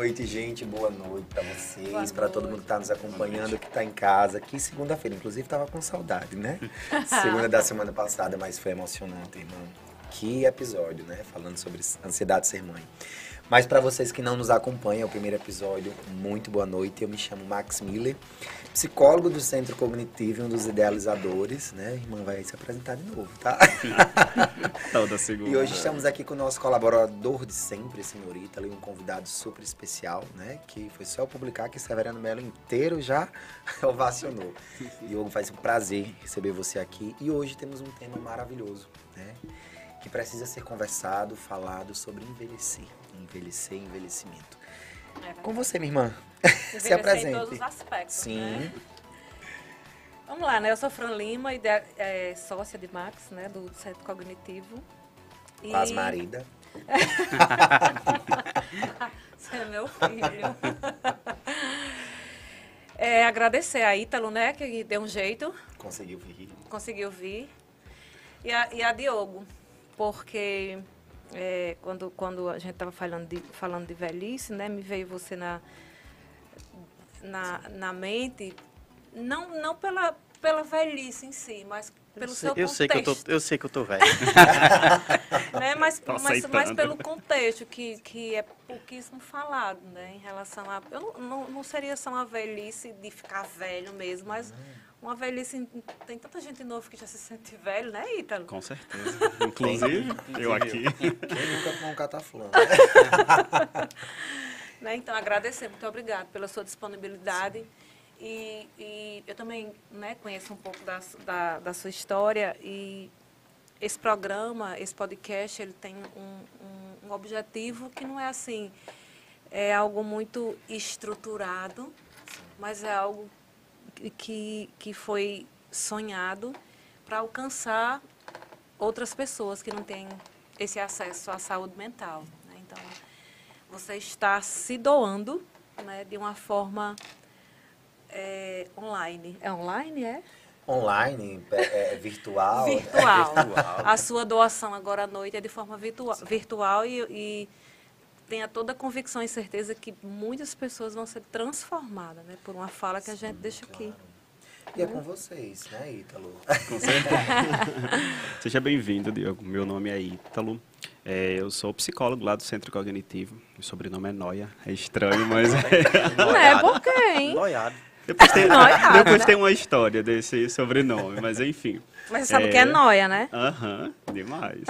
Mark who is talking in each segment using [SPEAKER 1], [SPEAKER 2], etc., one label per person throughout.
[SPEAKER 1] noite, gente. Boa noite pra vocês, pra todo mundo que tá nos acompanhando, que tá em casa. Que segunda-feira, inclusive, tava com saudade, né? Segunda da semana passada, mas foi emocionante, irmão. Que episódio, né? Falando sobre ansiedade de ser mãe. Mas para vocês que não nos acompanham, é o primeiro episódio. Muito boa noite. Eu me chamo Max Miller, psicólogo do Centro Cognitivo e um dos idealizadores, né? A irmã vai se apresentar de novo, tá?
[SPEAKER 2] Toda segunda.
[SPEAKER 1] E hoje estamos aqui com o nosso colaborador de sempre, senhor Ítalo, e um convidado super especial, né? Que foi só eu publicar que Severiano Melo inteiro já ovacionou. Diogo, faz um prazer receber você aqui. E hoje temos um tema maravilhoso, né? Que precisa ser conversado, falado sobre envelhecer. Envelhecer e envelhecimento. Com você, minha irmã. Se apresente.
[SPEAKER 3] Em todos os aspectos.
[SPEAKER 1] Sim.
[SPEAKER 3] Né? Vamos lá, né? Eu sou Fran Lima, sócia de Max, né? Do Centro Cognitivo.
[SPEAKER 1] Quase marida.
[SPEAKER 3] Você é meu filho. Agradecer a Ítalo, né? Que deu um jeito. Conseguiu vir. E a Diogo, porque quando a gente estava falando de velhice, né, me veio você na mente, não pela velhice em si, mas pelo seu contexto.
[SPEAKER 2] Eu sei que eu tô velho.
[SPEAKER 3] Né, mas pelo contexto, que é pouquíssimo falado, né, em relação a... Eu não seria só uma velhice de ficar velho mesmo, mas... Uma velhice, tem tanta gente nova que já se sente velho, né, Ítalo?
[SPEAKER 2] Com certeza. Inclusive, eu aqui.
[SPEAKER 1] Quem nunca tomou um cataflã?
[SPEAKER 3] Né, então, agradecer, muito obrigado pela sua disponibilidade. E eu também, né, conheço um pouco da sua história. E esse programa, esse podcast, ele tem um objetivo que não é assim, é algo muito estruturado, mas é algo que foi sonhado para alcançar outras pessoas que não têm esse acesso à saúde mental. Né? Então, você está se doando, né, de uma forma online. É online, é?
[SPEAKER 1] Online, virtual.
[SPEAKER 3] Virtual. A sua doação agora à noite é de forma virtual e tenha toda a convicção e certeza que muitas pessoas vão ser transformadas, né, por uma fala que a gente deixa aqui.
[SPEAKER 1] E é com vocês, né, Ítalo?
[SPEAKER 2] Com certeza. Seja bem-vindo, Diogo. Meu nome é Ítalo. Eu sou psicólogo lá do Centro Cognitivo. Meu sobrenome é Noia. É estranho, mas...
[SPEAKER 3] Não é por quê, hein?
[SPEAKER 2] Noiado.
[SPEAKER 3] Noiado,
[SPEAKER 2] Depois
[SPEAKER 3] né?
[SPEAKER 2] tem uma história desse sobrenome, mas enfim.
[SPEAKER 3] Mas você sabe o que é noia, né?
[SPEAKER 2] Aham, demais.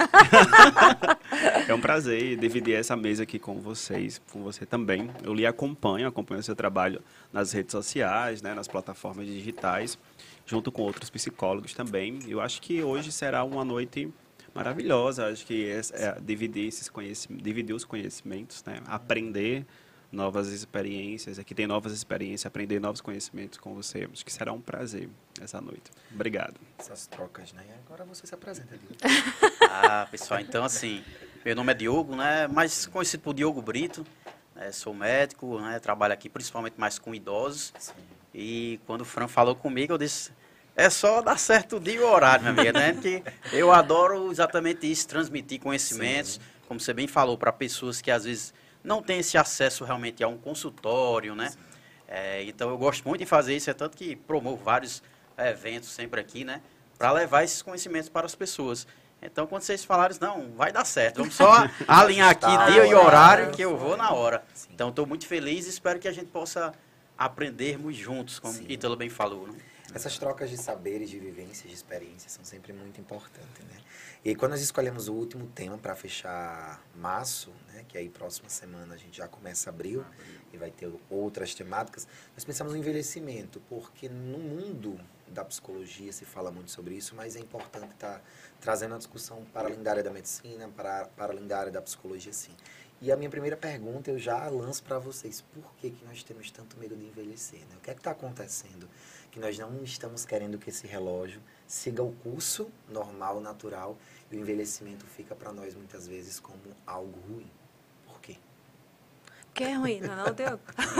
[SPEAKER 2] É um prazer dividir essa mesa aqui com vocês, com você também. Eu lhe acompanho o seu trabalho nas redes sociais, né, nas plataformas digitais, junto com outros psicólogos também. Eu acho que hoje será uma noite maravilhosa. Acho que dividir os conhecimentos, né, aprender novas experiências, aqui tem novas experiências, aprender novos conhecimentos com você. Acho que será um prazer essa noite. Obrigado.
[SPEAKER 1] Essas trocas, né? Agora você se apresenta, Diogo.
[SPEAKER 4] Pessoal, então assim, meu nome é Diogo, né? Mais conhecido por Diogo Brito. Sou médico, né? Trabalho aqui principalmente mais com idosos.
[SPEAKER 1] Sim.
[SPEAKER 4] E quando o Fran falou comigo, eu disse, é só dar certo o dia e o horário, minha amiga, né? Porque eu adoro exatamente isso, transmitir conhecimentos,
[SPEAKER 1] Sim.
[SPEAKER 4] como você bem falou, para pessoas que às vezes não têm esse acesso realmente a um consultório, né? Então eu gosto muito de fazer isso, é tanto que promovo vários eventos sempre aqui, né? Para levar esses conhecimentos para as pessoas. Então, quando vocês falaram, não, vai dar certo. Vamos só alinhar aqui dia e horário que eu vou na hora.
[SPEAKER 1] Sim.
[SPEAKER 4] Então, estou muito feliz e espero que a gente possa aprendermos juntos, como
[SPEAKER 1] Sim.
[SPEAKER 4] Ítalo bem falou, né?
[SPEAKER 1] Essas trocas de saberes, de vivências, de experiências são sempre muito importantes, né? E aí, quando nós escolhemos o último tema para fechar março, né, que aí próxima semana a gente já começa abril e vai ter outras temáticas, nós pensamos no envelhecimento, porque no mundo da psicologia se fala muito sobre isso, mas é importante estar trazendo a discussão para além da área da medicina, para além da área da psicologia, sim. E a minha primeira pergunta eu já lanço para vocês. Por que nós temos tanto medo de envelhecer? Né? O que é que está acontecendo? Que nós não estamos querendo que esse relógio siga o curso normal, natural, e o envelhecimento fica para nós muitas vezes como algo ruim. Por quê?
[SPEAKER 3] Que é ruim, não deu?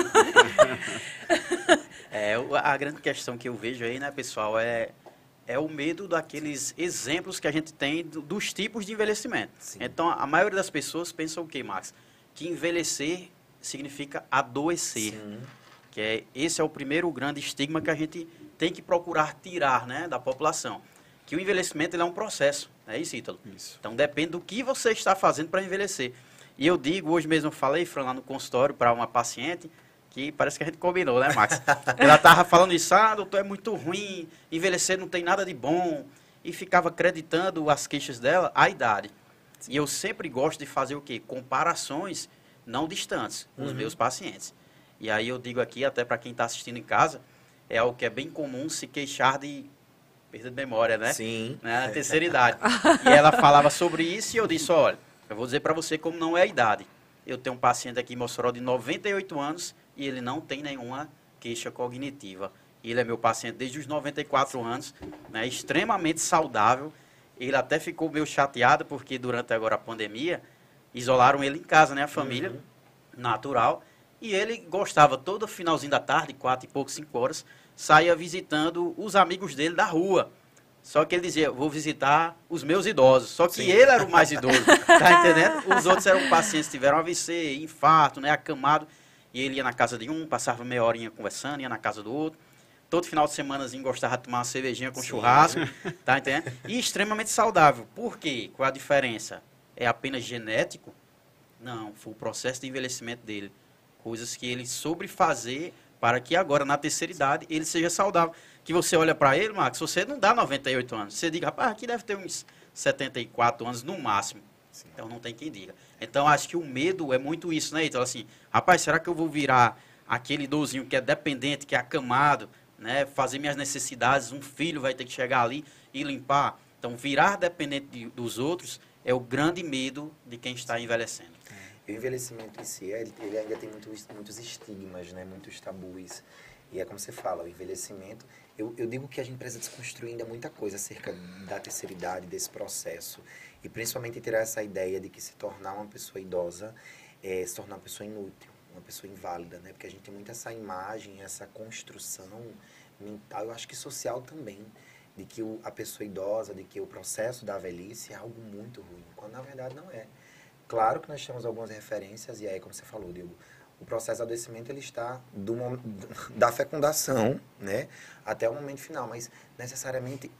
[SPEAKER 4] A grande questão que eu vejo aí, né, pessoal, é o medo daqueles exemplos que a gente tem dos tipos de envelhecimento.
[SPEAKER 1] Sim.
[SPEAKER 4] Então, a maioria das pessoas pensam o quê, Max? Que envelhecer significa adoecer.
[SPEAKER 1] Sim.
[SPEAKER 4] Esse é o primeiro grande estigma que a gente tem que procurar tirar, né, da população. Que o envelhecimento ele é um processo, é isso, Ítalo?
[SPEAKER 2] Isso.
[SPEAKER 4] Então depende do que você está fazendo para envelhecer. E eu digo, hoje mesmo eu falei, Fran, lá no consultório para uma paciente, que parece que a gente combinou, né, Max? Ela estava falando isso, doutor, é muito ruim, envelhecer não tem nada de bom, e ficava acreditando as queixas dela à idade. E eu sempre gosto de fazer o quê? Comparações não distantes com os meus pacientes. E aí eu digo aqui, até para quem está assistindo em casa, é algo que é bem comum se queixar de perda de memória, né?
[SPEAKER 1] Sim.
[SPEAKER 4] Na terceira idade. E ela falava sobre isso e eu disse, olha, eu vou dizer para você como não é a idade. Eu tenho um paciente aqui em Mossoró de 98 anos e ele não tem nenhuma queixa cognitiva. Ele é meu paciente desde os 94 anos, né, extremamente saudável. Ele até ficou meio chateado porque durante agora a pandemia, isolaram ele em casa, né, a família, natural. E ele gostava, todo finalzinho da tarde, 4 e pouco, 5 horas, saía visitando os amigos dele da rua. Só que ele dizia, vou visitar os meus idosos. Só que
[SPEAKER 1] Sim.
[SPEAKER 4] ele era o mais idoso, tá entendendo? Os outros eram pacientes que tiveram AVC, infarto, né, acamado. E ele ia na casa de um, passava meia horinha conversando, ia na casa do outro. Todo final de semanazinho gostava de tomar uma cervejinha com churrasco, tá entendendo? E extremamente saudável. Por quê? Qual a diferença? É apenas genético? Não, foi o processo de envelhecimento dele. Coisas que ele soube fazer para que agora, na terceira idade, ele seja saudável. Que você olha para ele, Max, você não dá 98 anos. Você diga, rapaz, aqui deve ter uns 74 anos no máximo.
[SPEAKER 1] Sim.
[SPEAKER 4] Então, não tem quem diga. Então, acho que o medo é muito isso, né, Então, assim, rapaz, será que eu vou virar aquele idosinho que é dependente, que é acamado, né, fazer minhas necessidades, um filho vai ter que chegar ali e limpar? Então, virar dependente dos outros é o grande medo de quem está envelhecendo.
[SPEAKER 1] E o envelhecimento em si, ele ainda tem muitos estigmas, né? Muitos tabus. E é como você fala, o envelhecimento... Eu digo que a gente precisa desconstruir ainda muita coisa acerca da terceira idade, desse processo. E principalmente tirar essa ideia de que se tornar uma pessoa idosa é se tornar uma pessoa inútil, uma pessoa inválida, né? Porque a gente tem muito essa imagem, essa construção mental, eu acho que social também, de que a pessoa idosa, de que o processo da velhice é algo muito ruim, quando na verdade não é. Claro que nós temos algumas referências, e aí, como você falou, Diego, o processo de adoecimento ele está da fecundação, né, até o momento final, mas necessariamente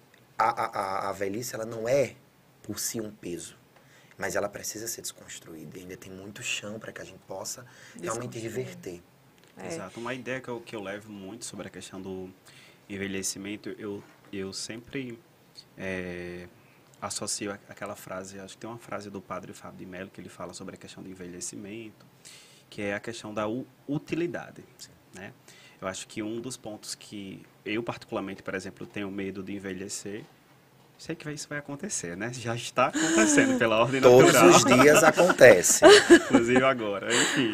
[SPEAKER 1] a velhice ela não é por si um peso, mas ela precisa ser desconstruída. E ainda tem muito chão para que a gente possa realmente reverter.
[SPEAKER 2] Exato. Uma ideia que eu levo muito sobre a questão do envelhecimento, eu sempre associo aquela frase, acho que tem uma frase do padre Fábio de Mello que ele fala sobre a questão do envelhecimento, que é a questão da utilidade, né? Eu acho que um dos pontos que eu particularmente, por exemplo, tenho medo de envelhecer, sei que isso vai acontecer, né? Já está acontecendo pela ordem
[SPEAKER 1] Todos
[SPEAKER 2] natural.
[SPEAKER 1] os dias acontece.
[SPEAKER 2] Inclusive agora, enfim.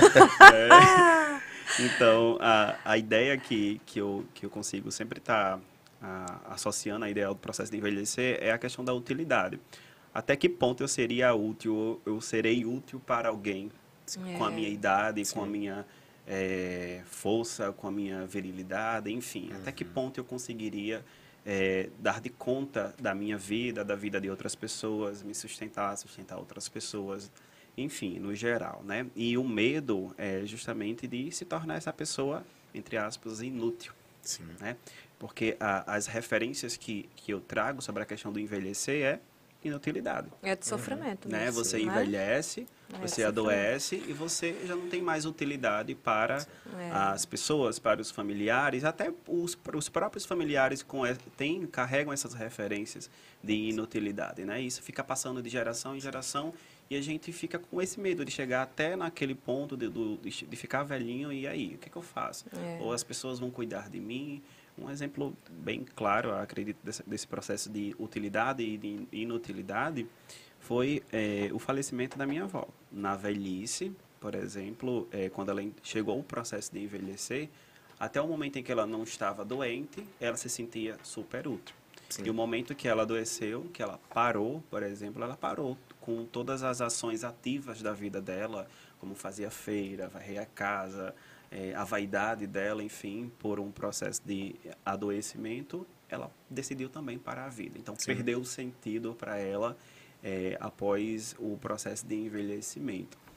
[SPEAKER 2] Então, a ideia que eu consigo sempre estar associando a ideia do processo de envelhecer é a questão da utilidade. Até que ponto eu seria útil, eu serei útil para alguém com a minha idade, com a minha força, com a minha virilidade, enfim. Até que ponto eu conseguiria dar de conta da minha vida, da vida de outras pessoas, me sustentar outras pessoas, enfim, no geral, né? E o medo é justamente de se tornar essa pessoa, entre aspas, inútil.
[SPEAKER 1] Sim.
[SPEAKER 2] Né? Porque as referências que eu trago sobre a questão do envelhecer é inutilidade.
[SPEAKER 3] É de sofrimento.
[SPEAKER 2] Né?
[SPEAKER 3] Mesmo,
[SPEAKER 2] Você
[SPEAKER 3] né?
[SPEAKER 2] envelhece, você
[SPEAKER 3] de
[SPEAKER 2] adoece e você já não tem mais utilidade para as pessoas, para os familiares, até os próprios familiares carregam essas referências de inutilidade. Né? Isso fica passando de geração em geração e a gente fica com esse medo de chegar até naquele ponto de ficar velhinho e aí, o que eu faço? Ou as pessoas vão cuidar de mim? Um exemplo bem claro, eu acredito, desse processo de utilidade e de inutilidade foi o falecimento da minha avó. Na velhice, por exemplo, quando ela chegou ao processo de envelhecer, até o momento em que ela não estava doente, ela se sentia super útil. Sim. E o momento que ela adoeceu, que ela parou, por exemplo, ela parou com todas as ações ativas da vida dela, como fazia feira, varrer a casa, a vaidade dela, enfim, por um processo de adoecimento, ela decidiu também parar a vida. Então, perdeu o sentido para ela após o processo de envelhecimento.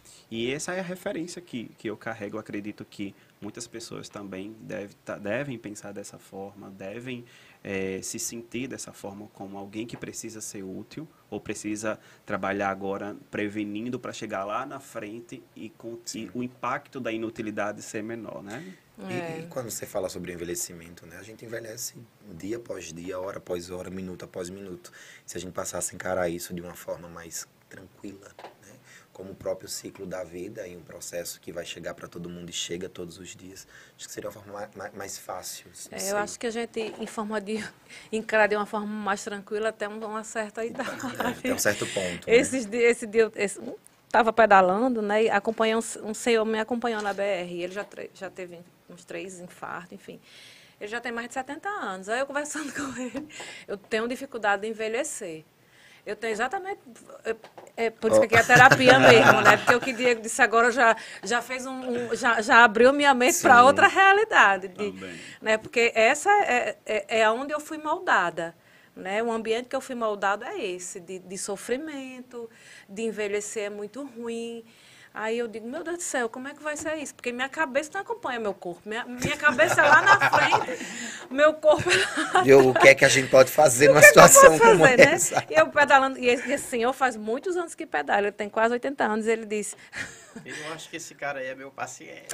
[SPEAKER 2] E essa é a referência que eu carrego. Eu acredito que muitas pessoas também devem pensar dessa forma, devem se sentir dessa forma como alguém que precisa ser útil ou precisa trabalhar agora prevenindo para chegar lá na frente e o impacto da inutilidade ser menor, né?
[SPEAKER 1] E quando você fala sobre o envelhecimento, né? A gente envelhece dia após dia, hora após hora, minuto após minuto. Se a gente passasse a encarar isso de uma forma mais tranquila, né? Como o próprio ciclo da vida e um processo que vai chegar para todo mundo e chega todos os dias, acho que seria uma forma mais fácil.
[SPEAKER 3] Eu acho que a gente encara de uma forma mais tranquila até uma certa idade.
[SPEAKER 1] Até um certo ponto.
[SPEAKER 3] Esse dia estava pedalando, né? E acompanhei um senhor me acompanhou na BR. Ele já teve uns 3 infartos, enfim. Ele já tem mais de 70 anos. Aí eu conversando com ele, eu tenho dificuldade de envelhecer. Eu tenho exatamente... por isso que aqui é terapia mesmo, né? Porque o que o Diego disse agora já fez já abriu minha mente para outra realidade. Né? Porque essa é onde eu fui moldada. Né? O ambiente que eu fui moldado é esse, de sofrimento, de envelhecer é muito ruim. Aí eu digo, meu Deus do céu, como é que vai ser isso? Porque minha cabeça não acompanha meu corpo. Minha cabeça é lá na frente, meu corpo...
[SPEAKER 1] E o que é que a gente pode fazer numa situação como essa?
[SPEAKER 3] Né? E eu pedalando, e esse senhor faz muitos anos que pedala, ele tem quase 80 anos, ele disse...
[SPEAKER 4] Eu acho que esse cara aí é meu paciente.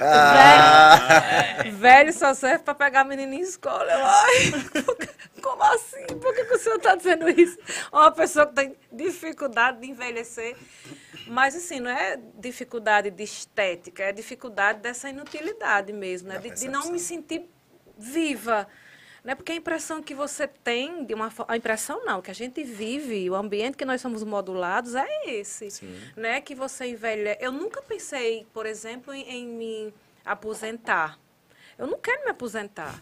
[SPEAKER 3] Velho só serve para pegar menino em escola. Eu, ai, como assim? Por que o senhor está dizendo isso? Uma pessoa que tem dificuldade de envelhecer. Mas, assim, não é dificuldade de estética, é dificuldade dessa inutilidade mesmo, né? De não me sentir viva. Né? Porque a impressão que você tem, a impressão não, que a gente vive, o ambiente que nós somos modulados é esse. Sim. Né? Que você envelhece. Eu nunca pensei, por exemplo, em me aposentar. Eu não quero me aposentar.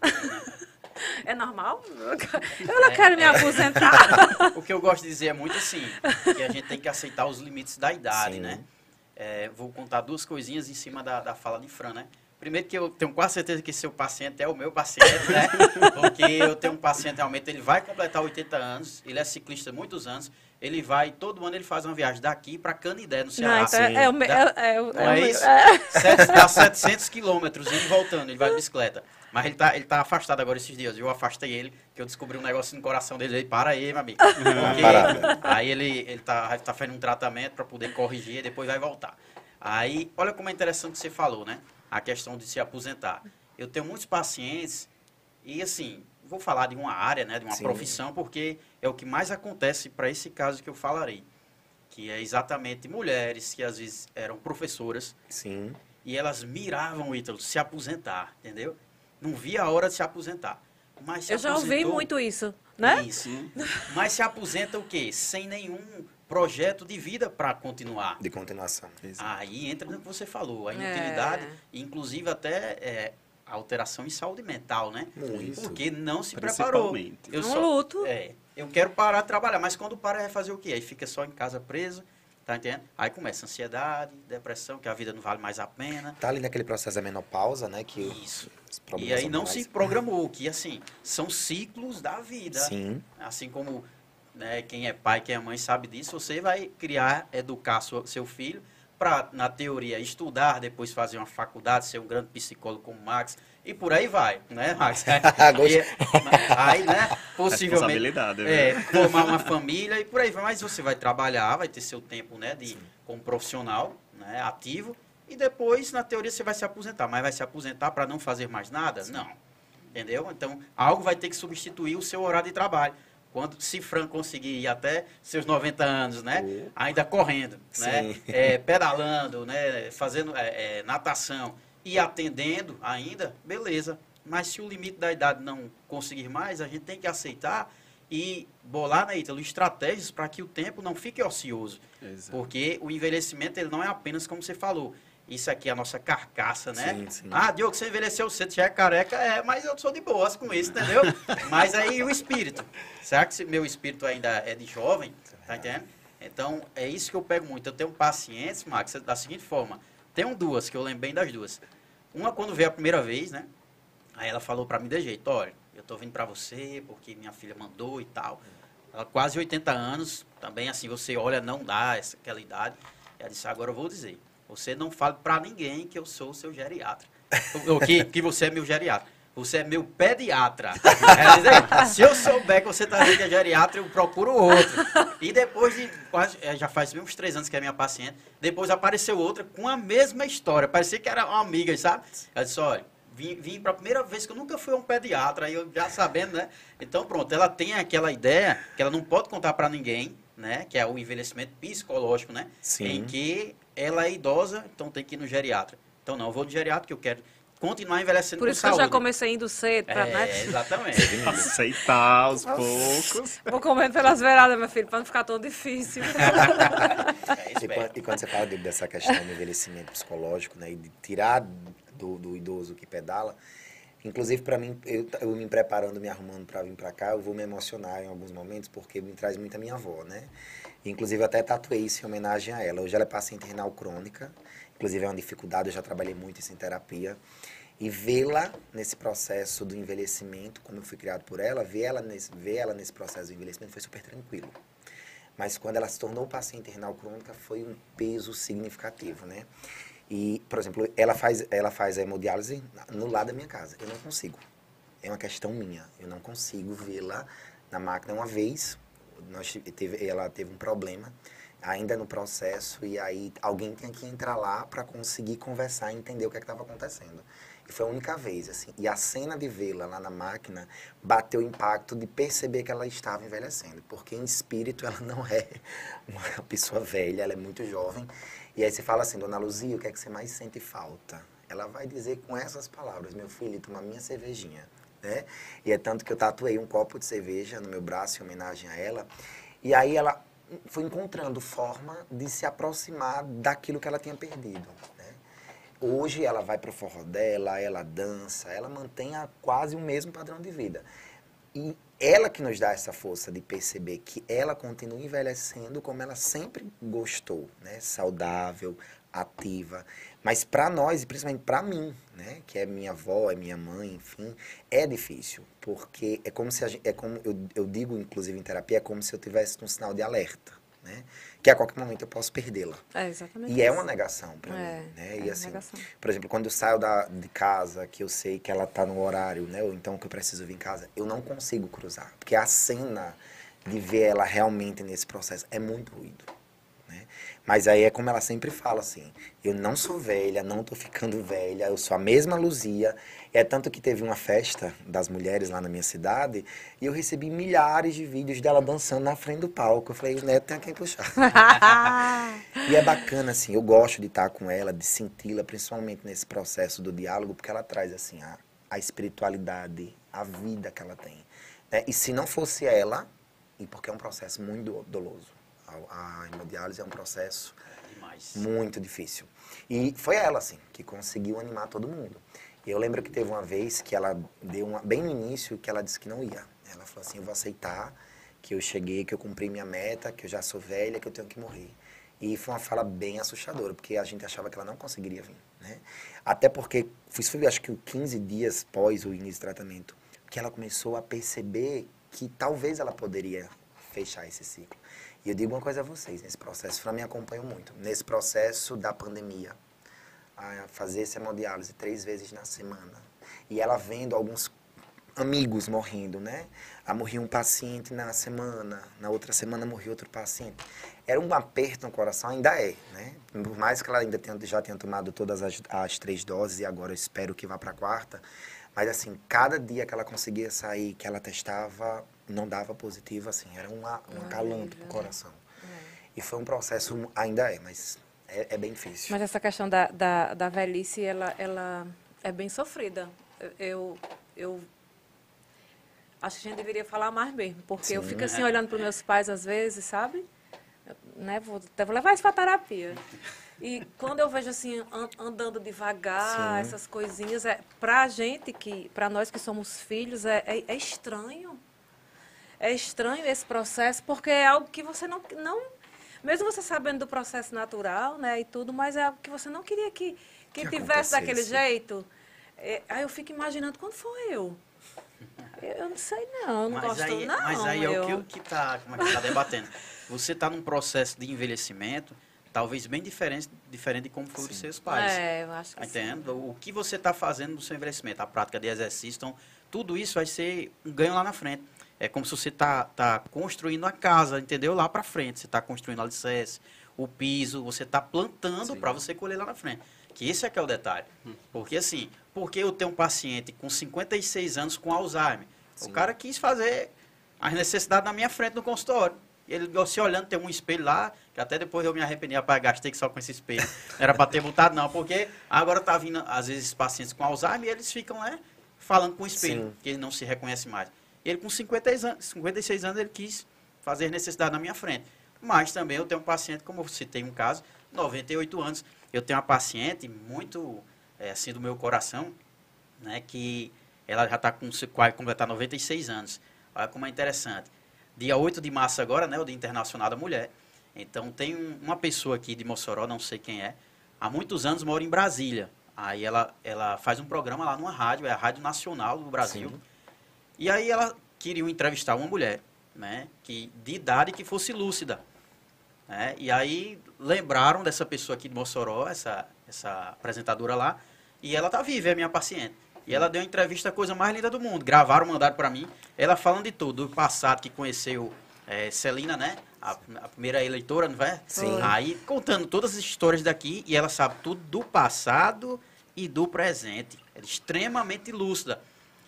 [SPEAKER 3] É normal? Eu não quero me aposentar.
[SPEAKER 4] O que eu gosto de dizer é muito assim, que a gente tem que aceitar os limites da idade, sim, né? Vou contar 2 coisinhas em cima da fala de Fran, né? Primeiro que eu tenho quase certeza que seu paciente é o meu paciente, né? Porque eu tenho um paciente, realmente, ele vai completar 80 anos, ele é ciclista há muitos anos, ele vai, todo ano ele faz uma viagem daqui para Canindé, no Ceará.
[SPEAKER 3] Não,
[SPEAKER 4] é isso? Dá 700 quilômetros, indo e voltando, ele vai de bicicleta. Mas ele tá afastado agora esses dias. Eu afastei ele, que eu descobri um negócio no coração dele. Ele, para aí, meu amigo. Porque aí ele tá fazendo um tratamento para poder corrigir e depois vai voltar. Aí, olha como é interessante o que você falou, né? A questão de se aposentar. Eu tenho muitos pacientes e, assim, vou falar de uma área, né? De uma profissão, porque é o que mais acontece para esse caso que eu falarei. Que é exatamente mulheres que, às vezes, eram professoras.
[SPEAKER 1] Sim.
[SPEAKER 4] E elas miravam, Ítalo, se aposentar, entendeu? Não via a hora de se aposentar. Mas se
[SPEAKER 3] eu já ouvi muito isso, né?
[SPEAKER 4] Isso. Mas se aposenta o quê? Sem nenhum projeto de vida para continuar.
[SPEAKER 1] De continuação.
[SPEAKER 4] Aí entra no que você falou, a inutilidade, inclusive até alteração em saúde mental, né?
[SPEAKER 1] Muito.
[SPEAKER 4] Porque não se preparou.
[SPEAKER 3] Luto.
[SPEAKER 4] Eu quero parar de trabalhar, mas quando para vai fazer o quê? Aí fica só em casa preso. Tá entendendo? Aí começa ansiedade, depressão, que a vida não vale mais a pena.
[SPEAKER 1] Tá ali naquele processo da menopausa, né? Que
[SPEAKER 4] isso. E aí não se programou, que assim, são ciclos da vida.
[SPEAKER 1] Sim.
[SPEAKER 4] Assim como, né, quem é pai, quem é mãe sabe disso, você vai educar seu filho para, na teoria, estudar, depois fazer uma faculdade, ser um grande psicólogo como o Max, e por aí vai, né, Max? Aí, né, possivelmente, formar uma família e por aí vai. Mas você vai trabalhar, vai ter seu tempo, né, como profissional, né, ativo, e depois, na teoria, você vai se aposentar. Mas vai se aposentar para não fazer mais nada? Sim. Não. Entendeu? Então, algo vai ter que substituir o seu horário de trabalho. Se Fran conseguir ir até seus 90 anos, né? Ainda correndo, né? Pedalando, né? Fazendo natação e atendendo ainda, beleza. Mas se o limite da idade não conseguir mais, a gente tem que aceitar e bolar, né, Ítalo, estratégias para que o tempo não fique ocioso. Exato. Porque o envelhecimento ele não é apenas como você falou. Isso aqui é a nossa carcaça, né?
[SPEAKER 1] Sim, sim.
[SPEAKER 4] Ah, Diogo, você envelheceu cedo, já é careca. Mas eu sou de boas com isso, entendeu? Mas aí o espírito. Será que meu espírito ainda é de jovem? Tá entendendo? Então, é isso que eu pego muito. Eu tenho pacientes, Max, da seguinte forma. Tenho 2, que eu lembro bem das 2. Uma, quando veio a primeira vez, né? Aí ela falou pra mim de jeito, olha, eu tô vindo pra você porque minha filha mandou e tal. Ela quase 80 anos, também assim, você olha, não dá aquela idade. Ela disse, agora eu vou dizer, você não fale para ninguém que eu sou o seu geriatra. que você é meu geriatra. Você é meu pediatra. Se eu souber que você está vendo a geriatra, eu procuro outro. E depois de já faz uns 3 anos que é minha paciente, depois apareceu outra com a mesma história. Parecia que era uma amiga, sabe? Ela disse, olha, vim para a primeira vez que eu nunca fui a um pediatra, aí eu já sabendo, né? Então, pronto, ela tem aquela ideia que ela não pode contar para ninguém, né? Que é o envelhecimento psicológico, né?
[SPEAKER 1] Sim.
[SPEAKER 4] Em que ela é idosa, então tem que ir no geriatra. Então, não, eu vou no geriatra que eu quero continuar envelhecendo
[SPEAKER 3] Por isso
[SPEAKER 4] com
[SPEAKER 3] que eu
[SPEAKER 4] saúde.
[SPEAKER 3] já comecei indo cedo, né?
[SPEAKER 4] Exatamente.
[SPEAKER 2] Aceitar aos poucos.
[SPEAKER 3] Vou comendo pelas beiradas, meu filho, para não ficar tão difícil.
[SPEAKER 1] E quando você fala dessa questão do envelhecimento psicológico, né, e de tirar do idoso que pedala, inclusive para mim, eu me preparando, me arrumando para vir para cá, eu vou me emocionar em alguns momentos, porque me traz muito a minha avó, né? Inclusive eu até tatuei isso em homenagem a ela. Hoje ela é paciente renal crônica, inclusive é uma dificuldade, eu já trabalhei muito isso em terapia. E vê-la nesse processo do envelhecimento, como eu fui criado por ela, ver ela nesse processo do envelhecimento foi super tranquilo. Mas quando ela se tornou paciente renal crônica, foi um peso significativo, né? E, por exemplo, ela faz a hemodiálise no lado da minha casa. Eu não consigo. É uma questão minha. Eu não consigo vê-la na máquina. Uma vez, ela teve um problema, ainda no processo, e aí alguém tinha que entrar lá para conseguir conversar e entender o que estava acontecendo. E foi a única vez, assim. E a cena de vê-la lá na máquina bateu o impacto de perceber que ela estava envelhecendo. Porque em espírito ela não é uma pessoa velha, ela é muito jovem. E aí você fala assim, Dona Luzia, o que é que você mais sente falta? Ela vai dizer com essas palavras, meu filho, toma minha cervejinha, né? E é tanto que eu tatuei um copo de cerveja no meu braço em homenagem a ela. E aí ela foi encontrando forma de se aproximar daquilo que ela tinha perdido, né? Hoje ela vai para o forró dela, ela dança, ela mantém quase o mesmo padrão de vida. E ela que nos dá essa força de perceber que ela continua envelhecendo como ela sempre gostou, né? Saudável, ativa. Mas para nós, e principalmente para mim, né? Que é minha avó, é minha mãe, enfim, é difícil. Porque é como se eu digo, inclusive em terapia, é como se eu tivesse um sinal de alerta, né? Que a qualquer momento eu posso perdê-la.
[SPEAKER 3] É exatamente.
[SPEAKER 1] E é uma negação para mim, né? E assim,
[SPEAKER 3] negação.
[SPEAKER 1] por exemplo, quando eu saio de casa, que eu sei que ela tá no horário, né? Ou então que eu preciso vir em casa, eu não consigo cruzar. Porque a cena de ver ela realmente nesse processo é muito ruído, né? Mas aí é como ela sempre fala, assim, eu não sou velha, não tô ficando velha, eu sou a mesma Luzia. É tanto que teve uma festa das mulheres lá na minha cidade e eu recebi milhares de vídeos dela dançando na frente do palco. Eu falei, o neto tem quem puxar. E é bacana, assim, eu gosto de estar com ela, de senti-la, principalmente nesse processo do diálogo, porque ela traz, assim, a espiritualidade, a vida que ela tem, né? E se não fosse ela, e porque é um processo muito doloso, a hemodiálise é um processo muito difícil. E foi ela, assim, que conseguiu animar todo mundo. E eu lembro que teve uma vez que ela deu bem no início, que ela disse que não ia. Ela falou assim, eu vou aceitar que eu cheguei, que eu cumpri minha meta, que eu já sou velha, que eu tenho que morrer. E foi uma fala bem assustadora, porque a gente achava que ela não conseguiria vir, né? Até porque, foi acho que 15 dias após o início do tratamento, que ela começou a perceber que talvez ela poderia fechar esse ciclo. E eu digo uma coisa a vocês, nesse processo, ela me acompanhou muito, nesse processo da pandemia, a fazer essa hemodiálise 3 vezes na semana. E ela vendo alguns amigos morrendo, né? Morria um paciente na semana, na outra semana morria outro paciente. Era um aperto no coração, ainda é, né? Por mais que ela ainda já tenha tomado todas as 3 doses, e agora eu espero que vá para a 4ª, mas assim, cada dia que ela conseguia sair, que ela testava, não dava positivo, assim, era um acalanto pro coração. E foi um processo, ainda é, mas é bem difícil.
[SPEAKER 3] Mas essa questão da velhice, ela é bem sofrida. Eu acho que a gente deveria falar mais mesmo, porque
[SPEAKER 1] Sim.
[SPEAKER 3] eu fico assim, olhando para os meus pais às vezes, sabe? Né? Vou levar isso para terapia. E quando eu vejo assim, andando devagar,
[SPEAKER 1] Sim.
[SPEAKER 3] essas coisinhas, para a gente, para nós que somos filhos, é estranho. É estranho esse processo, porque é algo que você não mesmo você sabendo do processo natural, né, e tudo, mas é algo que você não queria que tivesse daquele jeito. Aí eu fico imaginando, quando for eu? Eu não sei não, eu não gosto não.
[SPEAKER 4] Mas aí é o que tá debatendo. Você está num processo de envelhecimento, talvez bem diferente de como foram os seus pais.
[SPEAKER 3] Eu acho que
[SPEAKER 4] Entendendo? O que você está fazendo no seu envelhecimento, a prática de exercício, então, tudo isso vai ser um ganho lá na frente. É como se você tá construindo a casa, entendeu? Lá para frente. Você está construindo alicerce, o piso, você está plantando para você colher lá na frente. Que esse é que é o detalhe. Porque assim, porque eu tenho um paciente com 56 anos com Alzheimer.
[SPEAKER 1] Sim.
[SPEAKER 4] O cara quis fazer as necessidades na minha frente no consultório. Ele se olhando, tem um espelho lá, que até depois eu me arrependi, rapaz, gastei só com esse espelho. Não era para ter botado, não, porque agora tá vindo, às vezes, pacientes com Alzheimer e eles ficam, né, falando com o espelho,
[SPEAKER 1] Sim.
[SPEAKER 4] que ele não se reconhece mais. Ele, com 56 anos, ele quis fazer necessidade na minha frente. Mas também eu tenho um paciente, como eu citei um caso, 98 anos. Eu tenho uma paciente muito, assim, do meu coração, né, que ela já está com quase completar 96 anos. Olha como é interessante. Dia 8 de março agora, né, o Dia Internacional da Mulher. Então, tem uma pessoa aqui de Mossoró, não sei quem é, há muitos anos mora em Brasília. Aí ela faz um programa lá numa rádio, é a Rádio Nacional do Brasil.
[SPEAKER 1] Sim.
[SPEAKER 4] E aí ela queria entrevistar uma mulher, né, de idade que fosse lúcida. Né? E aí lembraram dessa pessoa aqui de Mossoró, essa apresentadora lá, e ela tá viva, é minha paciente. E ela deu uma entrevista, a coisa mais linda do mundo. Gravaram, mandaram para mim. Ela falando de tudo, do passado, que conheceu Celina, né? A primeira eleitora, não é?
[SPEAKER 1] Sim.
[SPEAKER 4] Aí contando todas as histórias daqui, e ela sabe tudo do passado e do presente. Ela é extremamente lúcida.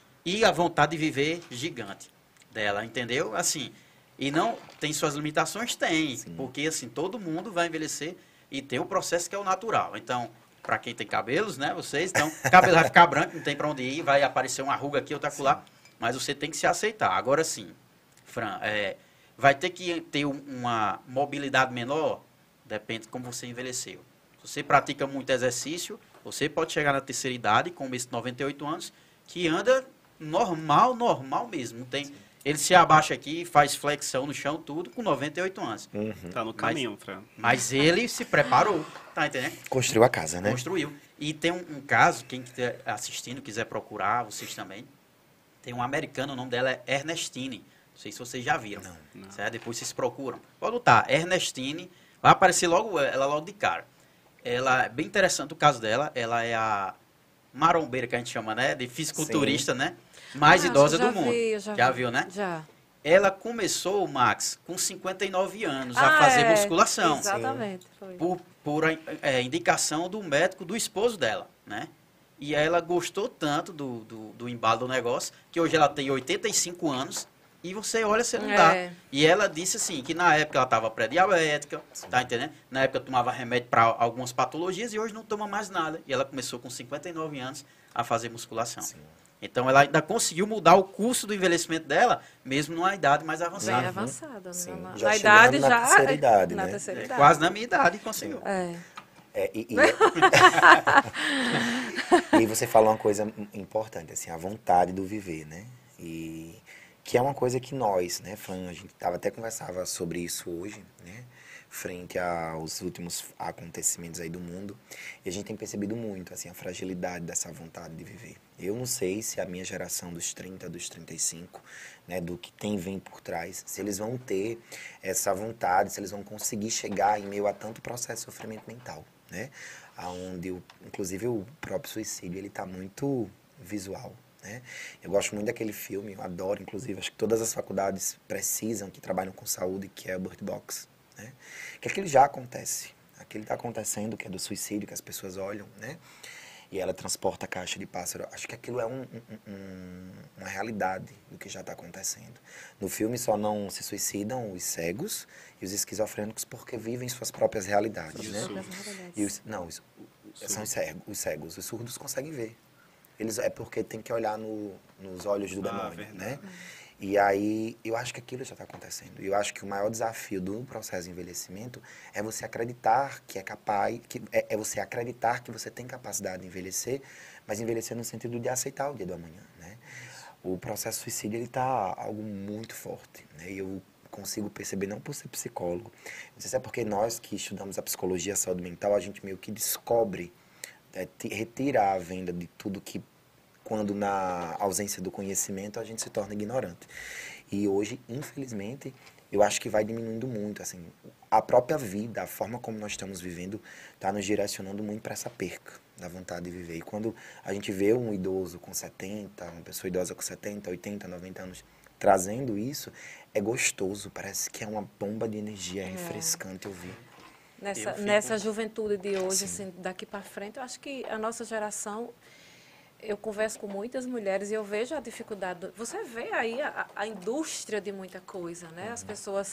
[SPEAKER 4] E a vontade de viver gigante dela, entendeu? Assim, e não tem suas limitações? Tem.
[SPEAKER 1] Sim.
[SPEAKER 4] Porque, assim, todo mundo vai envelhecer e tem o processo que é o natural. Então, para quem tem cabelos, né, vocês, então, o cabelo vai ficar branco, não tem para onde ir, vai aparecer uma ruga aqui, outra lá, mas você tem que se aceitar. Agora sim, Fran, vai ter que ter uma mobilidade menor, depende de como você envelheceu. Se você pratica muito exercício, você pode chegar na terceira idade, com esses 98 anos, que anda normal mesmo. Não tem, ele se abaixa aqui, faz flexão no chão, tudo, com 98 anos.
[SPEAKER 2] Tá no caminho, Fran.
[SPEAKER 4] Mas ele se preparou, tá entendendo?
[SPEAKER 1] Construiu a casa, né?
[SPEAKER 4] Construiu. E tem um caso, quem estiver assistindo, quiser procurar, vocês também, tem uma americana, o nome dela é Ernestine. Não sei se vocês já viram.
[SPEAKER 1] Não.
[SPEAKER 4] Certo? Depois vocês procuram. Pode botar, Ernestine, vai aparecer ela logo de cara. Ela é bem interessante o caso dela, ela é a marombeira que a gente chama, né? De fisiculturista, né? Mais idosa do mundo. Já viu, né?
[SPEAKER 3] Já.
[SPEAKER 4] Ela começou, Max, com 59 anos a fazer musculação.
[SPEAKER 3] Exatamente. Foi.
[SPEAKER 4] Por indicação do médico do esposo dela, né? E aí ela gostou tanto do embalo do negócio, que hoje ela tem 85 anos, e você olha, você não dá. E ela disse assim, que na época ela estava pré-diabética, tá entendendo? Na época tomava remédio para algumas patologias, e hoje não toma mais nada. E ela começou com 59 anos a fazer musculação.
[SPEAKER 1] Sim.
[SPEAKER 4] Então ela ainda conseguiu mudar o curso do envelhecimento dela, mesmo numa idade mais
[SPEAKER 3] Bem
[SPEAKER 4] avançada.
[SPEAKER 3] avançada.
[SPEAKER 1] Sim.
[SPEAKER 3] Na
[SPEAKER 1] Já
[SPEAKER 3] idade
[SPEAKER 1] chegando na
[SPEAKER 3] já.
[SPEAKER 1] terceira idade,
[SPEAKER 3] na
[SPEAKER 1] né?
[SPEAKER 3] terceira idade.
[SPEAKER 4] Quase na minha idade conseguiu.
[SPEAKER 1] E você falou uma coisa importante, assim, a vontade do viver, né? E que é uma coisa que nós, né, Fran, a gente até conversava sobre isso hoje, né? Frente aos últimos acontecimentos aí do mundo. E a gente tem percebido muito, assim, a fragilidade dessa vontade de viver. Eu não sei se a minha geração dos 30, dos 35, né, do que vem por trás, se eles vão ter essa vontade, se eles vão conseguir chegar em meio a tanto processo de sofrimento mental, né? Onde, inclusive, o próprio suicídio, ele tá muito visual, né? Eu gosto muito daquele filme, eu adoro, inclusive, acho que todas as faculdades precisam, que trabalham com saúde, que é o Bird Box, né? Que aquilo já acontece, aquilo está acontecendo, que é do suicídio, que as pessoas olham, né? E ela transporta a caixa de pássaro. Acho que aquilo é uma realidade do que já está acontecendo. No filme só não se suicidam os cegos e os esquizofrênicos porque vivem suas próprias realidades, né? E são os cegos. Os surdos conseguem ver. É porque tem que olhar nos olhos do demônio, né? E aí, eu acho que aquilo já está acontecendo. E eu acho que o maior desafio do processo de envelhecimento é você acreditar que é capaz, é você acreditar que você tem capacidade de envelhecer, mas envelhecer no sentido de aceitar o dia do amanhã, né? O processo suicídio, ele está algo muito forte, né? E eu consigo perceber, não por ser psicólogo, não sei se é porque nós que estudamos a psicologia, a saúde mental, a gente meio que descobre, retira a venda de tudo que, quando na ausência do conhecimento a gente se torna ignorante. E hoje, infelizmente, eu acho que vai diminuindo muito, assim, a própria vida, a forma como nós estamos vivendo, está nos direcionando muito para essa perca da vontade de viver. E quando a gente vê um idoso com 70, uma pessoa idosa com 70, 80, 90 anos, trazendo isso, é gostoso, parece que é uma bomba de energia, é refrescante ouvir.
[SPEAKER 3] Nessa juventude de hoje, assim, daqui para frente, eu acho que a nossa geração, eu converso com muitas mulheres e eu vejo a dificuldade. Você vê aí a indústria de muita coisa, né? As pessoas...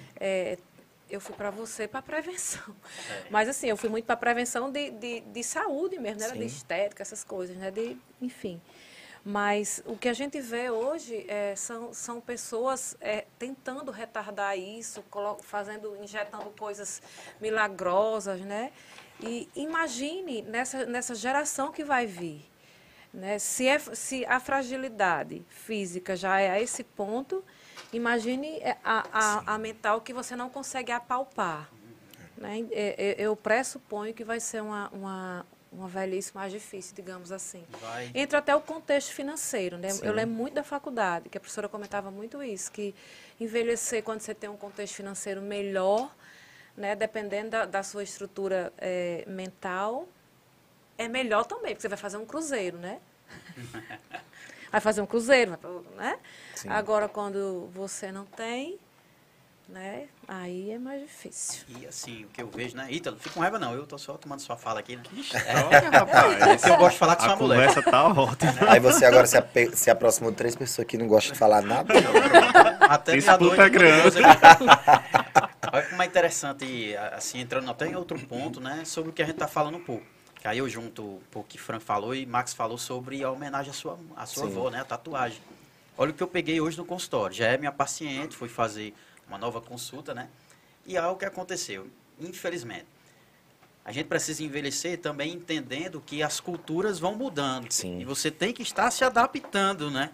[SPEAKER 3] eu fui para você para prevenção. Mas, assim, eu fui muito para prevenção de saúde mesmo, não era de estética, essas coisas, né? Enfim. Mas o que a gente vê hoje são pessoas tentando retardar isso, injetando coisas milagrosas, né? E imagine nessa geração que vai vir, né? Se a fragilidade física já é a esse ponto, imagine a mental que você não consegue apalpar, né? Eu pressuponho que vai ser uma velhice mais difícil, digamos assim. Entra até o contexto financeiro, né? Eu lembro muito da faculdade, que a professora comentava muito isso, que envelhecer quando você tem um contexto financeiro melhor, né, dependendo da sua estrutura mental, é melhor também, porque você vai fazer um cruzeiro, né? Vai fazer um cruzeiro, né? Sim. Agora, quando você não tem, né, aí é mais difícil.
[SPEAKER 4] E assim, o que eu vejo, né? Ítalo, não fica com raiva não, eu tô só tomando sua fala aqui, né?
[SPEAKER 2] Rapaz,
[SPEAKER 4] eu gosto de falar com sua mulher.
[SPEAKER 2] A conversa tá ótima.
[SPEAKER 1] Aí você agora se aproximou de 3 pessoas que não gostam de falar nada.
[SPEAKER 4] Até
[SPEAKER 2] disputa grande.
[SPEAKER 4] Olha como é interessante, assim, entrando até em outro ponto, né? Sobre o que a gente tá falando um pouco. Aí eu junto um pouco o que Frank falou e Max falou sobre a homenagem à sua avó, né? A tatuagem. Olha o que eu peguei hoje no consultório. Já é minha paciente, fui fazer uma nova consulta, né? E algo que aconteceu, infelizmente. A gente precisa envelhecer também entendendo que as culturas vão mudando. Sim. E você tem que estar se adaptando, né?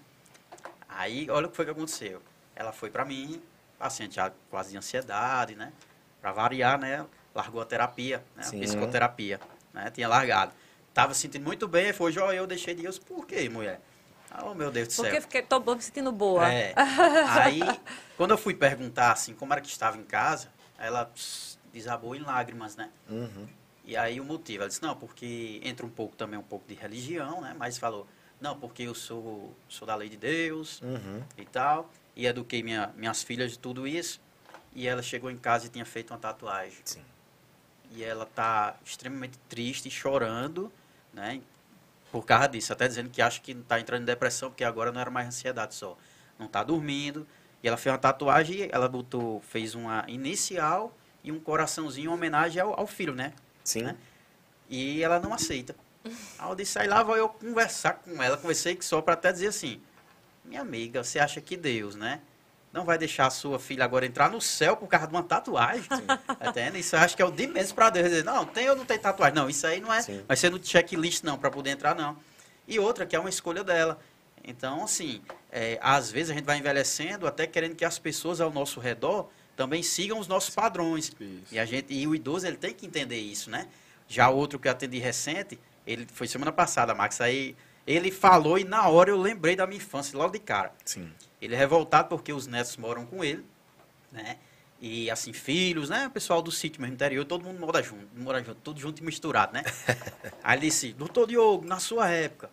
[SPEAKER 4] Aí, olha o que foi que aconteceu. Ela foi para mim, paciente já quase de ansiedade, né? Para variar, né? Largou a terapia, né? A psicoterapia, né? Tinha largado. Tava sentindo muito bem, foi, eu deixei de ir. Por quê, mulher? Oh, meu Deus do céu.
[SPEAKER 3] Porque tô me sentindo boa.
[SPEAKER 4] Aí, quando eu fui perguntar, assim, como era que estava em casa, ela desabou em lágrimas, né? Uhum. E aí o motivo, ela disse, não, porque entra um pouco de religião, né? Mas falou, não, porque eu sou da lei de Deus e tal, e eduquei minhas filhas de tudo isso, e ela chegou em casa e tinha feito uma tatuagem. Sim. E ela tá extremamente triste, chorando, né? Por causa disso, até dizendo que acha que está entrando em depressão, porque agora não era mais ansiedade só. Não está dormindo. E ela fez uma tatuagem, ela fez uma inicial e um coraçãozinho em homenagem ao filho, né?
[SPEAKER 1] Sim.
[SPEAKER 4] Né? E ela não aceita. Aí eu disse, aí lá vou eu conversar com ela. Conversei só para até dizer assim, minha amiga, você acha que Deus, né? Não vai deixar a sua filha agora entrar no céu por causa de uma tatuagem? Entende? Isso eu acho que é o de menos para Deus. Dizer, não, tem ou não tem tatuagem? Não, isso aí não é. Sim. Vai ser no checklist, não, para poder entrar, não. E outra, que é uma escolha dela. Então, assim, às vezes a gente vai envelhecendo até querendo que as pessoas ao nosso redor também sigam os nossos padrões. E o idoso, ele tem que entender isso, né? Já outro que eu atendi recente, ele foi semana passada, Max, aí ele falou e na hora eu lembrei da minha infância, logo de cara. Sim. Ele é revoltado porque os netos moram com ele, né? E, assim, filhos, né? O pessoal do sítio mesmo, interior, todo mundo mora junto, tudo junto e misturado, né? Aí ele disse, doutor Diogo, na sua época,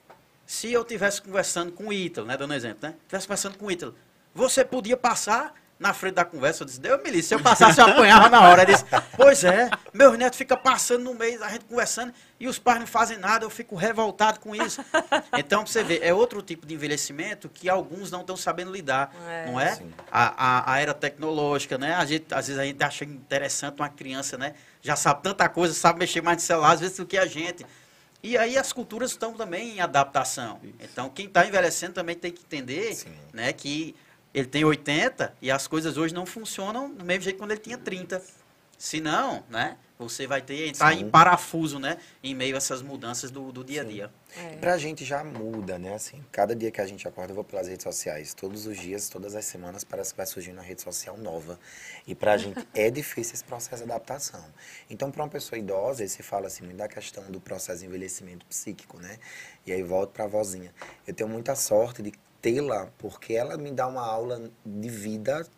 [SPEAKER 4] se eu estivesse conversando com o Ítalo, né? Dando um exemplo, né? Estivesse conversando com o Ítalo, você podia passar na frente da conversa? Eu disse, Deus me livre, se eu passasse eu apanhava na hora. Ele disse, pois é, meus netos ficam passando no meio, a gente conversando, e os pais não fazem nada, eu fico revoltado com isso. Então, pra você ver, é outro tipo de envelhecimento que alguns não estão sabendo lidar, não é? A era tecnológica, né? Às vezes a gente acha interessante uma criança, né? Já sabe tanta coisa, sabe mexer mais no celular, às vezes, do que a gente. E aí as culturas estão também em adaptação. Isso. Então, quem está envelhecendo também tem que entender, né, que ele tem 80 e as coisas hoje não funcionam do mesmo jeito que quando ele tinha 30. Senão, né, você vai entrar em parafuso, né, em meio a essas mudanças do dia a dia.
[SPEAKER 1] Pra gente já muda, né, assim, cada dia que a gente acorda eu vou pelas redes sociais, todos os dias, todas as semanas parece que vai surgindo uma rede social nova. E pra gente é difícil esse processo de adaptação. Então, pra uma pessoa idosa, aí você fala assim, muito da questão do processo de envelhecimento psíquico, né, e aí volto pra vozinha. Eu tenho muita sorte de tê-la, porque ela me dá uma aula de vida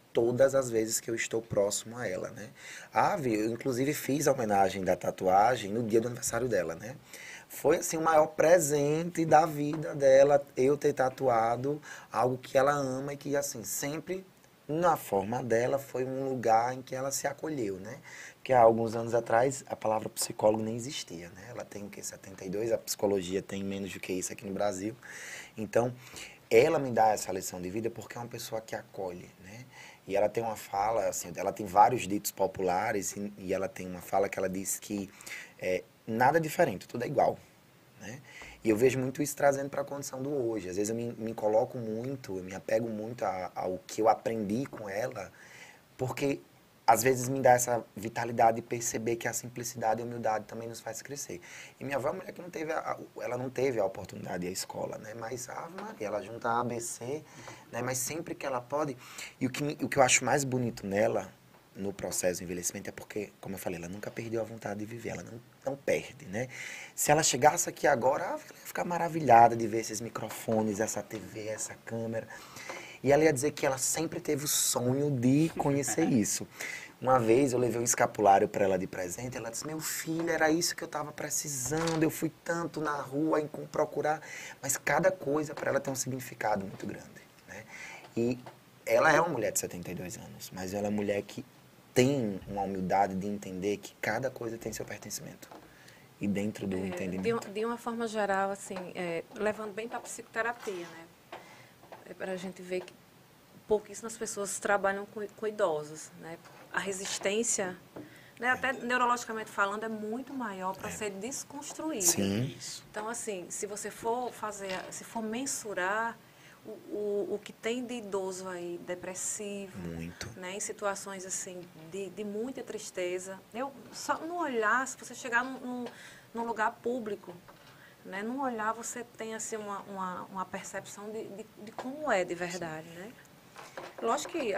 [SPEAKER 1] todas as vezes que eu estou próximo a ela, né? A Ave, eu inclusive fiz a homenagem da tatuagem no dia do aniversário dela, né? Foi, assim, o maior presente da vida dela, eu ter tatuado algo que ela ama e que, assim, sempre, na forma dela, foi um lugar em que ela se acolheu, né? Porque há alguns anos atrás, a palavra psicólogo nem existia, né? Ela tem, o quê? 72, a psicologia tem menos do que isso aqui no Brasil. Então, ela me dá essa lição de vida porque é uma pessoa que acolhe, né? E ela tem uma fala, assim, ela tem vários ditos populares e ela tem uma fala que ela diz que nada é diferente, tudo é igual, né? E eu vejo muito isso trazendo para a condição do hoje. Às vezes eu me coloco muito, eu me apego muito ao que eu aprendi com ela, porque às vezes me dá essa vitalidade de perceber que a simplicidade e a humildade também nos faz crescer. E minha avó é uma mulher que não teve ela não teve a oportunidade de ir à escola, né? Mas ela junta A, B, C, né? Mas sempre que ela pode. E o que eu acho mais bonito nela, no processo de envelhecimento, é porque, como eu falei, ela nunca perdeu a vontade de viver, ela não perde, né? Se ela chegasse aqui agora, ela ia ficar maravilhada de ver esses microfones, essa TV, essa câmera. E ela ia dizer que ela sempre teve o sonho de conhecer isso. Uma vez eu levei um escapulário para ela de presente, ela disse, meu filho, era isso que eu estava precisando, eu fui tanto na rua em procurar, mas cada coisa para ela tem um significado muito grande, né? E ela é uma mulher de 72 anos, mas ela é uma mulher que tem uma humildade de entender que cada coisa tem seu pertencimento. E dentro do entendimento.
[SPEAKER 3] De uma forma geral, assim, levando bem para a psicoterapia, né? Para a gente ver que pouquíssimas pessoas trabalham com idosos, né? A resistência, né, até neurologicamente falando, é muito maior para ser desconstruída.
[SPEAKER 1] Sim.
[SPEAKER 3] Então, assim, se você for mensurar o que tem de idoso aí, depressivo,
[SPEAKER 1] Muito.
[SPEAKER 3] né, em situações assim de muita tristeza, só no olhar, se você chegar num lugar público, né, no olhar você tem assim uma percepção de como é de verdade, né? Lógico que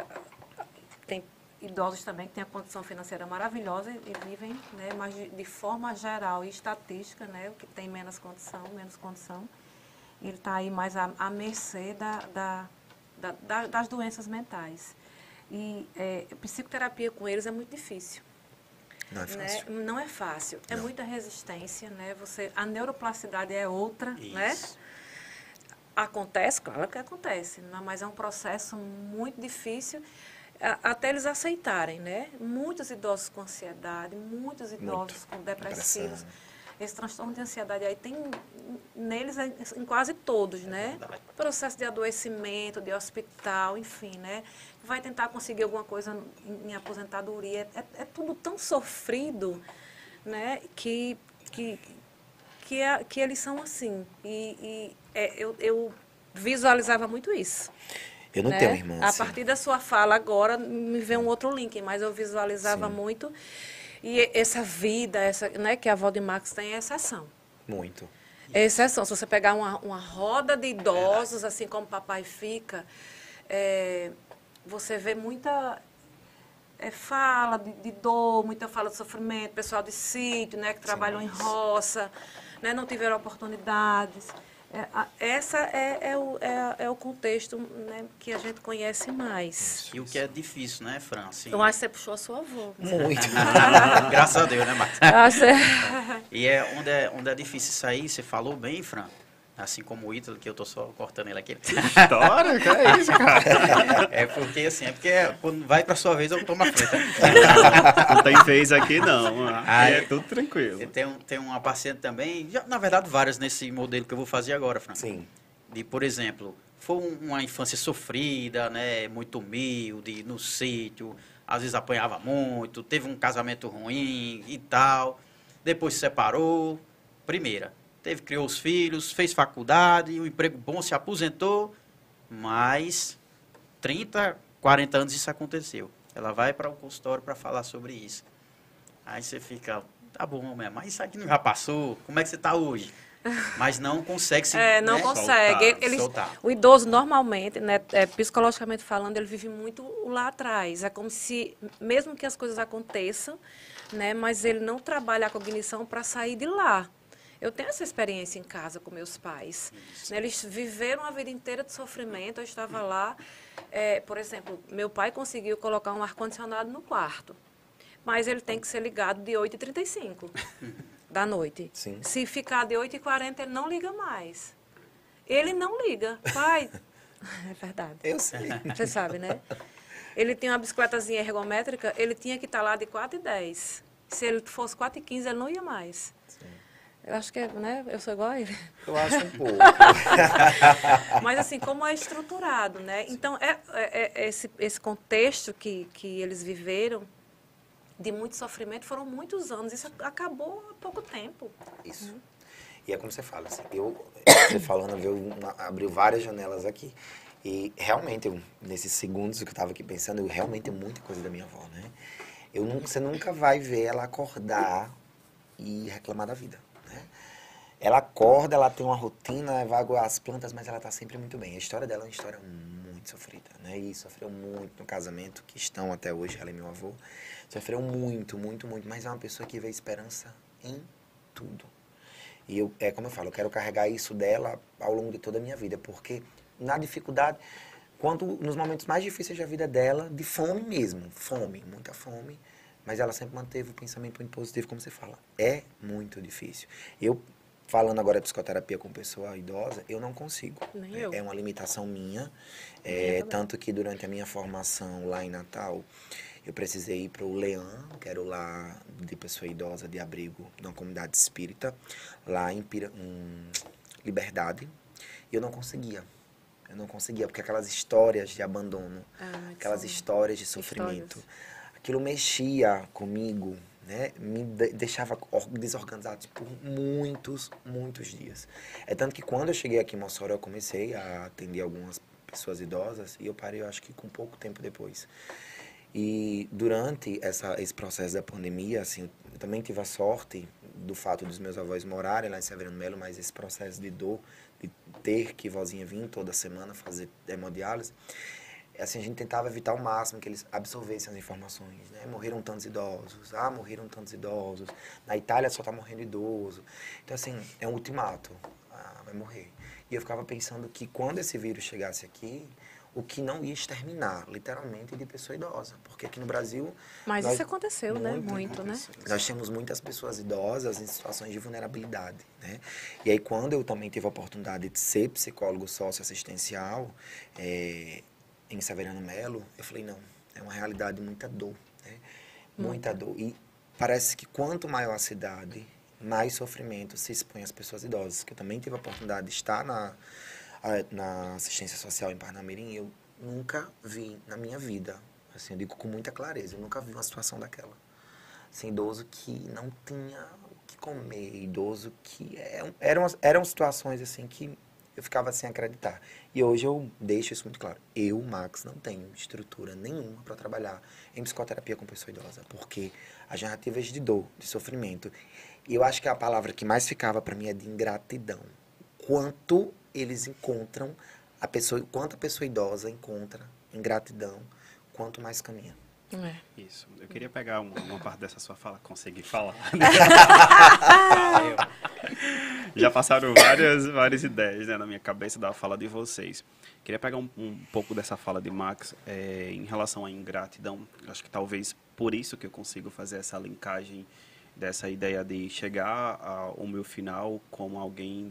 [SPEAKER 3] tem idosos também que têm a condição financeira maravilhosa e vivem, né, mas de forma geral e estatística, né, o que tem menos condição, ele está aí mais à mercê das doenças mentais. E psicoterapia com eles é muito difícil.
[SPEAKER 1] Não é fácil.
[SPEAKER 3] Né? Não é fácil. É
[SPEAKER 1] Não.
[SPEAKER 3] muita resistência, né? A neuroplasticidade é outra,
[SPEAKER 4] Isso.
[SPEAKER 3] né? Acontece, claro que acontece, mas é um processo muito difícil até eles aceitarem, né? Muitos idosos com ansiedade, muitos idosos com depressivos.
[SPEAKER 1] Depressão.
[SPEAKER 3] Esse transtorno de ansiedade aí tem neles, em quase todos, né? Processo de adoecimento, de hospital, enfim, né? Vai tentar conseguir alguma coisa em aposentadoria. É tudo tão sofrido, né? Que eles são assim. Eu visualizava muito isso.
[SPEAKER 1] Eu não
[SPEAKER 3] né?
[SPEAKER 1] tenho irmã
[SPEAKER 3] A
[SPEAKER 1] assim.
[SPEAKER 3] partir da sua fala agora, me vê um outro link, mas eu visualizava muito. E essa vida, né, que a avó de Max tem é exceção.
[SPEAKER 1] Muito.
[SPEAKER 3] É exceção. Se você pegar uma roda de idosos, assim como papai fica, você vê muita fala de dor, muita fala de sofrimento, pessoal de sítio, né, que trabalham em roça, né, não tiveram oportunidades. Essa é o contexto, né, que a gente conhece mais.
[SPEAKER 4] E o que é difícil, né, Fran? Assim,
[SPEAKER 3] Eu acho que você puxou a sua avó.
[SPEAKER 1] Muito.
[SPEAKER 4] graças a Deus, né, Marcos? E onde é difícil sair, você falou bem, Fran. Assim como o Ítalo, que eu tô só cortando ele aqui.
[SPEAKER 2] História? Que é isso, cara?
[SPEAKER 4] Porque quando vai pra sua vez, eu tomo a frente.
[SPEAKER 2] Não tem vez aqui, não. Aqui é tudo tranquilo.
[SPEAKER 4] Tem uma paciente também, na verdade, várias nesse modelo que eu vou fazer agora, Fran.
[SPEAKER 1] Sim.
[SPEAKER 4] De, por exemplo, foi uma infância sofrida, né, muito humilde, no sítio, às vezes apanhava muito, teve um casamento ruim e tal, depois se separou, criou os filhos, fez faculdade, um emprego bom, se aposentou, mas 30, 40 anos isso aconteceu. Ela vai para o consultório para falar sobre isso. Aí você fica, tá bom, mas isso aqui não já passou, como é que você está hoje? Mas não consegue se
[SPEAKER 3] não
[SPEAKER 4] né,
[SPEAKER 3] consegue.
[SPEAKER 4] soltar.
[SPEAKER 3] O idoso, normalmente, né, psicologicamente falando, ele vive muito lá atrás. É como se, mesmo que as coisas aconteçam, né, mas ele não trabalha a cognição para sair de lá. Eu tenho essa experiência em casa com meus pais. Né? Eles viveram a vida inteira de sofrimento. Eu estava lá, por exemplo, meu pai conseguiu colocar um ar-condicionado no quarto, mas ele tem que ser ligado de 8h35 da noite.
[SPEAKER 1] Sim.
[SPEAKER 3] Se ficar de 8h40, ele não liga mais. Ele não liga. Pai, é verdade.
[SPEAKER 1] Eu sei.
[SPEAKER 3] Você sabe, né? Ele tinha uma bicicletazinha ergométrica, ele tinha que estar lá de 4h10. Se ele fosse 4h15, ele não ia mais.
[SPEAKER 1] Sim.
[SPEAKER 3] Eu acho que, né? Eu sou igual a ele.
[SPEAKER 1] Eu acho um pouco.
[SPEAKER 3] Mas, assim, como é estruturado, né? Então, esse contexto que eles viveram, de muito sofrimento, foram muitos anos. Isso acabou há pouco tempo.
[SPEAKER 1] Isso. E é como você fala, assim, você falando, abriu várias janelas aqui. E realmente, nesses segundos que eu estava aqui pensando, eu realmente tenho muita coisa da minha avó, né? Você nunca vai ver ela acordar e reclamar da vida, né? Ela acorda, ela tem uma rotina, vai aguar as plantas, mas ela está sempre muito bem. A história dela é uma história muito sofrida, né? E sofreu muito no casamento, que estão até hoje, ela e meu avô. Sofreu muito, muito, muito, mas é uma pessoa que vê esperança em tudo. E como eu falo, eu quero carregar isso dela ao longo de toda a minha vida, porque na dificuldade, nos momentos mais difíceis da vida dela, de fome mesmo, fome, muita fome, mas ela sempre manteve o pensamento muito positivo, como você fala. É muito difícil. Eu, falando agora de psicoterapia com pessoa idosa, eu não consigo.
[SPEAKER 3] Nem eu.
[SPEAKER 1] É uma limitação minha, tanto que durante a minha formação lá em Natal, eu precisei ir para o Leão, que era o lar de pessoa idosa de abrigo de uma comunidade espírita, lá em Liberdade, e eu não conseguia. Eu não conseguia, porque aquelas histórias de abandono, aquelas histórias de sofrimento, aquilo mexia comigo, né? Me deixava desorganizado por muitos, muitos dias. É tanto que quando eu cheguei aqui em Mossoró, eu comecei a atender algumas pessoas idosas, e eu parei, eu acho que com pouco tempo depois. E durante esse processo da pandemia, assim, eu também tive a sorte do fato dos meus avós morarem lá em Severiano Melo, mas esse processo de dor, de ter que vozinha vir toda semana fazer hemodiálise, assim, a gente tentava evitar ao máximo que eles absorvessem as informações, né? Morreram tantos idosos, morreram tantos idosos, na Itália só tá morrendo idoso. Então, assim, é um ultimato, vai morrer. E eu ficava pensando que quando esse vírus chegasse aqui, o que não ia exterminar, literalmente, de pessoa idosa. Porque aqui no Brasil...
[SPEAKER 3] Mas isso aconteceu, né? Muito, né?
[SPEAKER 1] Nós temos muitas pessoas idosas em situações de vulnerabilidade, né? E aí, quando eu também tive a oportunidade de ser psicólogo socioassistencial em Severiano Melo, eu falei, não, é uma realidade de muita dor, né? Muita dor. E parece que quanto maior a cidade, mais sofrimento se expõe às pessoas idosas. Que eu também tive a oportunidade de estar na assistência social em Parnamirim, eu nunca vi na minha vida, assim, eu digo com muita clareza, eu nunca vi uma situação daquela. Assim, idoso que não tinha o que comer, idoso que... Eram situações, assim, que eu ficava sem acreditar. E hoje eu deixo isso muito claro. Eu, Max, não tenho estrutura nenhuma para trabalhar em psicoterapia com pessoa idosa, porque as narrativas de dor, de sofrimento, e eu acho que a palavra que mais ficava para mim é de ingratidão. Quanto eles encontram quanto a pessoa idosa encontra ingratidão, quanto mais caminha.
[SPEAKER 2] Isso. Eu queria pegar uma parte dessa sua fala, conseguir falar. Já passaram várias ideias, né, na minha cabeça da fala de vocês. Queria pegar um pouco dessa fala de Max em relação à ingratidão. Acho que talvez por isso que eu consigo fazer essa linkagem dessa ideia de chegar ao meu final como alguém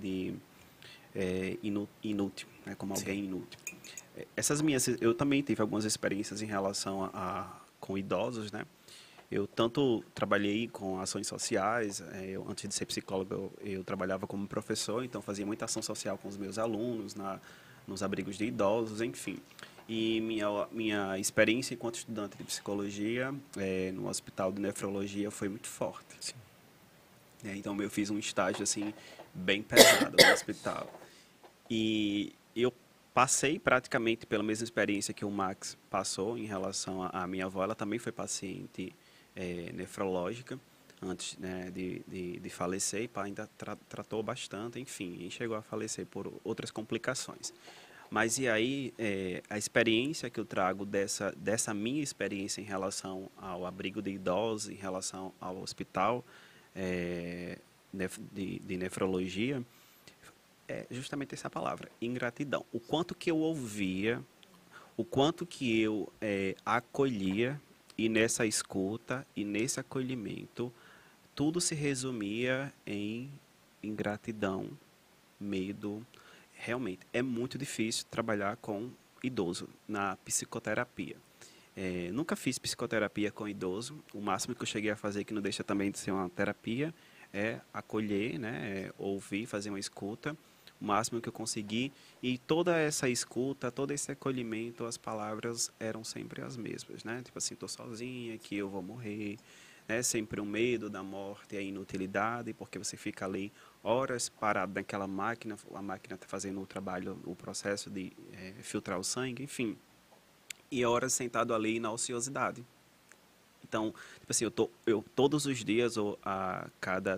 [SPEAKER 2] inútil, né, como alguém inútil. Eu também tive algumas experiências em relação com idosos, né? Eu tanto trabalhei com ações sociais, antes de ser psicólogo, eu trabalhava como professor, então fazia muita ação social com os meus alunos, nos abrigos de idosos, enfim. E minha experiência enquanto estudante de psicologia no hospital de nefrologia foi muito forte. Assim. Então, eu fiz um estágio assim, bem pesado no hospital. E eu passei praticamente pela mesma experiência que o Max passou em relação à minha avó. Ela também foi paciente nefrológica antes, né, de falecer. E pai ainda tratou bastante, enfim, e chegou a falecer por outras complicações. Mas e aí, a experiência que eu trago dessa minha experiência em relação ao abrigo de idosos, em relação ao hospital, de nefrologia, é justamente essa palavra, ingratidão. O quanto que eu ouvia, o quanto que eu acolhia, e nessa escuta e nesse acolhimento, tudo se resumia em ingratidão, medo. Realmente, é muito difícil trabalhar com idoso na psicoterapia. Nunca fiz psicoterapia com idoso. O máximo que eu cheguei a fazer, que não deixa também de ser uma terapia, é acolher, né, ouvir, fazer uma escuta. O máximo que eu consegui. E toda essa escuta, todo esse acolhimento, as palavras eram sempre as mesmas, né? Tipo assim, estou sozinha, que eu vou morrer. Né? Sempre o medo da morte e a inutilidade, porque você fica ali horas parado naquela máquina, a máquina está fazendo o trabalho, o processo de filtrar o sangue, enfim. E horas sentado ali na ociosidade. Então, tipo assim, eu todos os dias, ou a cada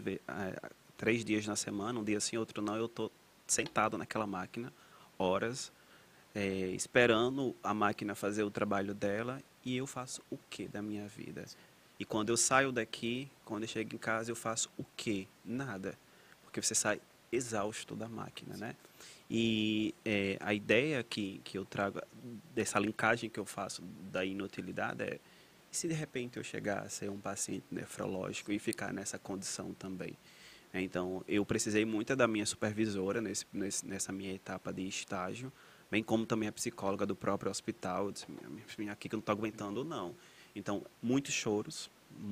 [SPEAKER 2] 3 dias na semana, um dia sim, outro não, eu estou sentado naquela máquina, horas, esperando a máquina fazer o trabalho dela, e eu faço o que da minha vida? E quando eu saio daqui, quando eu chego em casa, eu faço o quê? Nada. Porque você sai exausto da máquina, né? E a ideia que eu trago, dessa linkagem que eu faço da inutilidade é, e se de repente eu chegar a ser um paciente nefrológico e ficar nessa condição também? Então, eu precisei muito da minha supervisora nessa minha etapa de estágio, bem como também a psicóloga do próprio hospital. Eu disse, aqui que eu não estou aguentando, não. Então, muitos choros,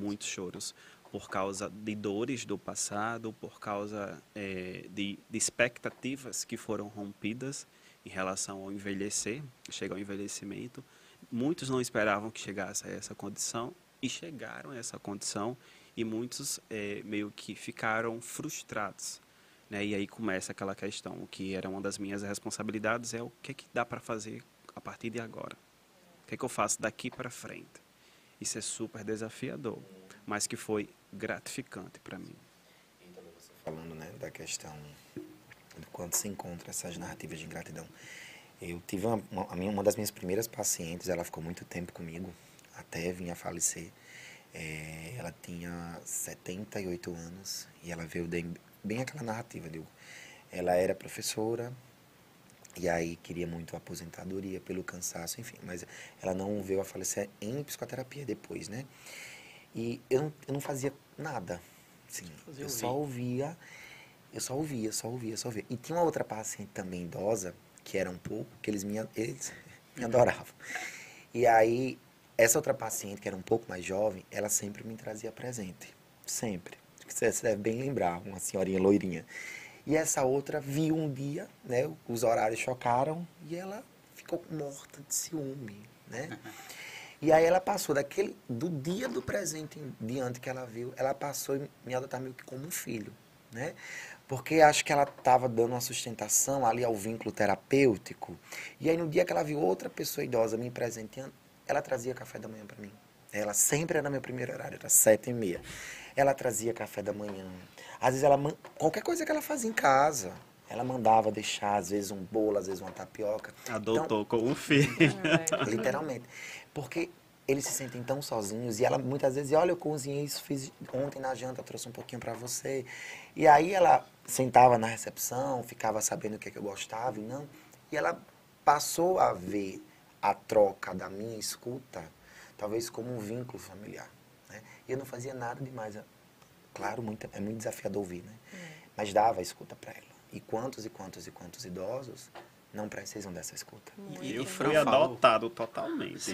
[SPEAKER 2] por causa de dores do passado, por causa de expectativas que foram rompidas em relação ao envelhecer, chegar ao envelhecimento. Muitos não esperavam que chegasse a essa condição e chegaram a essa condição, e muitos meio que ficaram frustrados. Né? E aí começa aquela questão, que era uma das minhas responsabilidades, é o que dá para fazer a partir de agora? O que eu faço daqui para frente? Isso é super desafiador, mas que foi gratificante para mim.
[SPEAKER 1] Então, você falando, né, da questão do quanto se encontra essas narrativas de ingratidão. Eu tive uma das minhas primeiras pacientes, ela ficou muito tempo comigo, até vir a falecer. Ela tinha 78 anos e ela veio bem aquela narrativa, digo. Ela era professora e aí queria muito a aposentadoria pelo cansaço, enfim, mas ela não veio a falecer em psicoterapia depois, né? E eu não fazia nada, assim, eu só ouvia. E tinha uma outra paciente também idosa, que era um pouco, que eles me adoravam. E aí, essa outra paciente, que era um pouco mais jovem, ela sempre me trazia presente. Sempre. Você deve bem lembrar, uma senhorinha loirinha. E essa outra viu um dia, né, os horários chocaram, e ela ficou morta de ciúme, né? E aí ela passou do dia do presente em diante que ela viu, ela passou a me adotar meio que como um filho, né? Porque acho que ela estava dando uma sustentação ali ao vínculo terapêutico. E aí, no dia que ela viu outra pessoa idosa me presenteando, ela trazia café da manhã para mim. Ela sempre era meu primeiro horário, era 7h30. Ela trazia café da manhã. Às vezes, qualquer coisa que ela fazia em casa, ela mandava deixar, às vezes, um bolo, às vezes, uma tapioca.
[SPEAKER 2] Adotou como um filho.
[SPEAKER 1] Literalmente. Porque eles se sentem tão sozinhos, e ela muitas vezes, olha, eu cozinhei isso, fiz ontem na janta, trouxe um pouquinho para você. E aí ela sentava na recepção, ficava sabendo o que eu gostava e ela passou a ver a troca da minha escuta, talvez como um vínculo familiar, né? E eu não fazia nada demais. Claro, é muito desafiador ouvir, né? Mas dava a escuta para ela. E quantos idosos não precisam dessa escuta.
[SPEAKER 2] E eu fui adotado totalmente.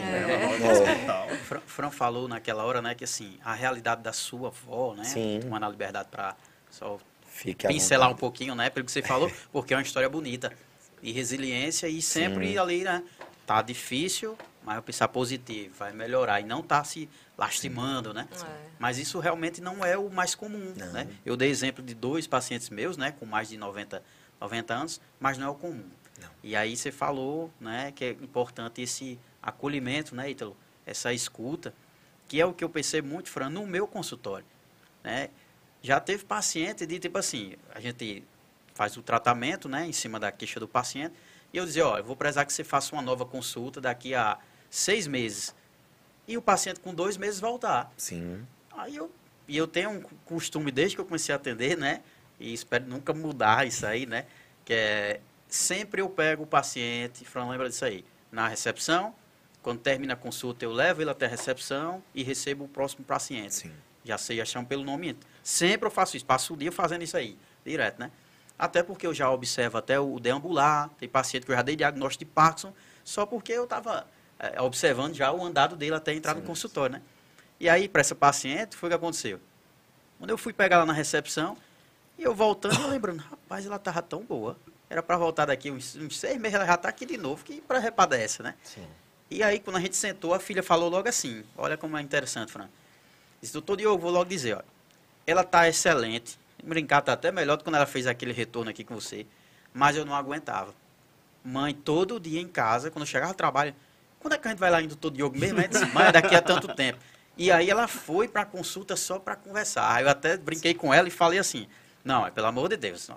[SPEAKER 4] Fran falou naquela hora, né, que assim, a realidade da sua avó, né, tomando a liberdade para só pincelar um pouquinho, né, pelo que você falou, porque é uma história bonita. E resiliência, e sempre ali, né, tá difícil, mas eu pensar positivo, vai melhorar, e não tá se lastimando, né. Mas isso realmente não é o mais comum, né. Eu dei exemplo de 2 pacientes meus, né, com mais de 90 anos, mas não é o comum. Não. E aí você falou, né, que é importante esse acolhimento, né, Ítalo? Essa escuta, que é o que eu percebo muito, Fran, no meu consultório, né? Já teve paciente de, tipo assim, a gente faz o tratamento, né, em cima da queixa do paciente, e eu dizia, ó, eu vou precisar que você faça uma nova consulta daqui a 6 meses. E o paciente com 2 meses voltar.
[SPEAKER 1] Sim.
[SPEAKER 4] Aí eu E eu tenho um costume desde que eu comecei a atender, né? E espero nunca mudar isso aí, né? Que é, sempre eu pego o paciente, Fran lembra disso aí, na recepção, quando termina a consulta eu levo ele até a recepção e recebo o próximo paciente.
[SPEAKER 1] Sim.
[SPEAKER 4] Já sei, já chamo pelo nome. Sempre eu faço isso, passo o dia fazendo isso aí, direto, né? Até porque eu já observo até o deambular, tem paciente que eu já dei diagnóstico de Parkinson, só porque eu estava observando já o andado dele até entrar no consultório, né? E aí, para essa paciente, foi o que aconteceu. Quando eu fui pegar ela na recepção, e eu voltando, eu lembrando, rapaz, ela estava tão boa. Era para voltar daqui uns 6 meses, ela já está aqui de novo, que para repada é essa, né?
[SPEAKER 1] Sim.
[SPEAKER 4] E aí, quando a gente sentou, a filha falou logo assim, olha como é interessante, Fran. Disse, doutor Diogo, vou logo dizer, ó, ela está excelente, brincar está até melhor do que quando ela fez aquele retorno aqui com você, mas eu não aguentava. Mãe, todo dia em casa, quando eu chegava ao trabalho, quando é que a gente vai lá indo todo Diogo mesmo? Ela disse, mãe, daqui a tanto tempo. E aí ela foi para a consulta só para conversar. Aí eu até brinquei com ela e falei assim, não, pelo amor de Deus,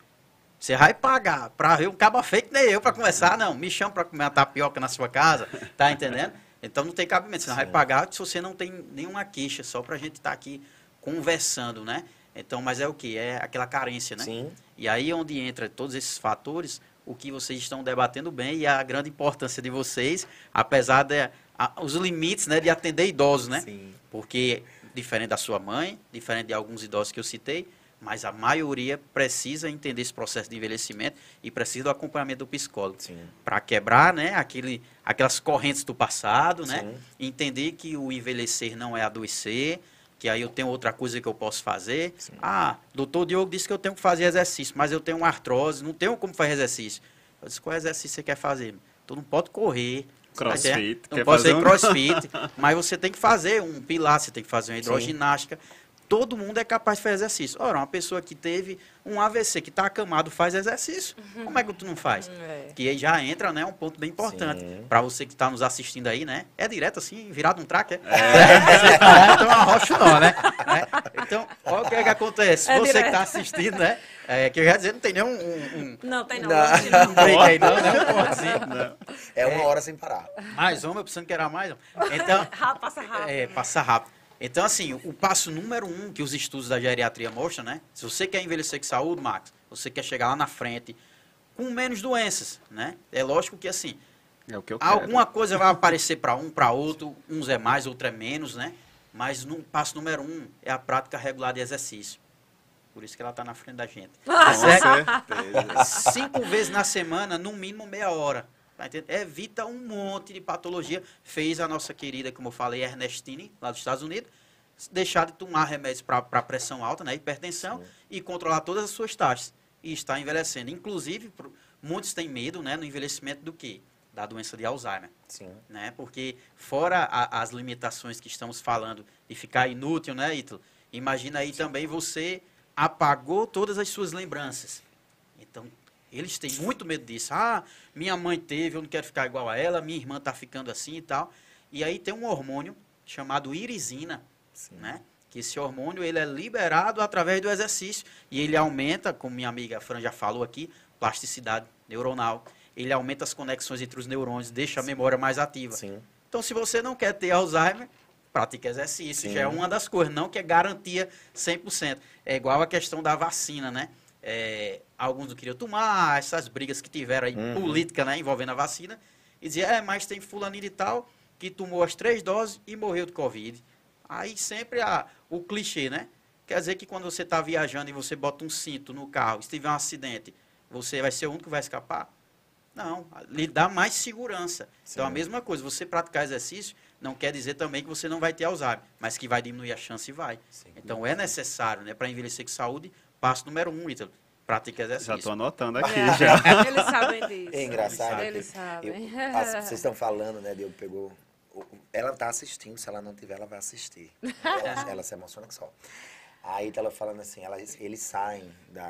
[SPEAKER 4] você vai pagar para ver um caba feio que nem eu para conversar? Não, me chama para comer uma tapioca na sua casa, tá entendendo? Então não tem cabimento, você não vai pagar se você não tem nenhuma queixa, só para a gente estar aqui conversando, né? Então, mas é o que? É aquela carência, né?
[SPEAKER 1] Sim.
[SPEAKER 4] E aí onde entra todos esses fatores, o que vocês estão debatendo bem e a grande importância de vocês, apesar os limites, né, de atender idosos, né?
[SPEAKER 1] Sim.
[SPEAKER 4] Porque, diferente da sua mãe, diferente de alguns idosos que eu citei, mas a maioria precisa entender esse processo de envelhecimento e precisa do acompanhamento do psicólogo. Para quebrar, né, aquelas correntes do passado, né?
[SPEAKER 1] Sim.
[SPEAKER 4] Entender que o envelhecer não é adoecer, que aí eu tenho outra coisa que eu posso fazer.
[SPEAKER 1] Sim.
[SPEAKER 4] Doutor Diogo disse que eu tenho que fazer exercício, mas eu tenho uma artrose, não tenho como fazer exercício. Eu disse, qual exercício você quer fazer? Tu não pode correr.
[SPEAKER 2] Crossfit.
[SPEAKER 4] Não pode ser crossfit, mas você tem que fazer um pilates, você tem que fazer uma hidroginástica. Todo mundo é capaz de fazer exercício. Ora, uma pessoa que teve um AVC, que está acamado, faz exercício. Como é que tu não faz? Que aí já entra, né, um ponto bem importante. Para você que está nos assistindo aí, né? É direto assim, virado um tracker. Então é uma rocha não, né? Então, olha o que é que acontece. Você que está assistindo, né? Que eu ia dizer, não tem nenhum...
[SPEAKER 3] Não, tem não.
[SPEAKER 4] Não tem aí, não, né? Um pontozinho.
[SPEAKER 1] É uma hora sem parar.
[SPEAKER 4] Mais uma, eu precisando que era mais. Então,
[SPEAKER 3] Passa rápido.
[SPEAKER 4] Passa rápido. Então, assim, o passo número 1 que os estudos da geriatria mostram, né? Se você quer envelhecer com saúde, Max, você quer chegar lá na frente com menos doenças, né? É lógico que, assim,
[SPEAKER 2] é o que eu quero.
[SPEAKER 4] Alguma coisa vai aparecer para um, para outro, uns é mais, outro é menos, né? Mas no passo número 1 é a prática regular de exercício. Por isso que ela está na frente da gente.
[SPEAKER 2] Com certeza.
[SPEAKER 4] 5 vezes na semana, no mínimo meia hora. Tá entendendo? Evita um monte de patologia. Fez a nossa querida, como eu falei, Ernestine, lá dos Estados Unidos, deixar de tomar remédios para pressão alta, né, hipertensão, e controlar todas as suas taxas. E está envelhecendo. Inclusive, muitos têm medo, né, no envelhecimento do quê? Da doença de Alzheimer.
[SPEAKER 1] Sim.
[SPEAKER 4] Né? Porque fora as limitações que estamos falando de ficar inútil, né, Ítalo? Imagina aí também você apagou todas as suas lembranças. Então, eles têm muito medo disso. Minha mãe teve, eu não quero ficar igual a ela, minha irmã está ficando assim e tal. E aí tem um hormônio chamado irisina, né? Que esse hormônio ele é liberado através do exercício e ele aumenta, como minha amiga Fran já falou aqui, plasticidade neuronal. Ele aumenta as conexões entre os neurônios, deixa a memória mais ativa.
[SPEAKER 1] Sim.
[SPEAKER 4] Então, se você não quer ter Alzheimer, pratique exercício. Já é uma das coisas, não que é garantia 100%. É igual a questão da vacina, né? Alguns não queriam tomar, essas brigas que tiveram aí, política, né, envolvendo a vacina, e dizia, mas tem fulaninho e tal, que tomou as 3 doses e morreu de Covid. Aí sempre o clichê, né? Quer dizer que quando você está viajando e você bota um cinto no carro, e se tiver um acidente, você vai ser o único que vai escapar? Não, lhe dá mais segurança. Sim. Então, a mesma coisa, você praticar exercício não quer dizer também que você não vai ter Alzheimer, mas que vai diminuir a chance e vai. Sim. Então, é necessário, né, para envelhecer com saúde, passo número 1, Ítalo, pratica exercício.
[SPEAKER 2] Já estou anotando aqui, já.
[SPEAKER 3] Eles sabem disso.
[SPEAKER 1] É engraçado.
[SPEAKER 3] Eles sabem.
[SPEAKER 1] Vocês estão falando, né, Diogo pegou... Ela tá assistindo, se ela não tiver, ela vai assistir. Ela se emociona que só. Aí tá ela falando assim, eles saem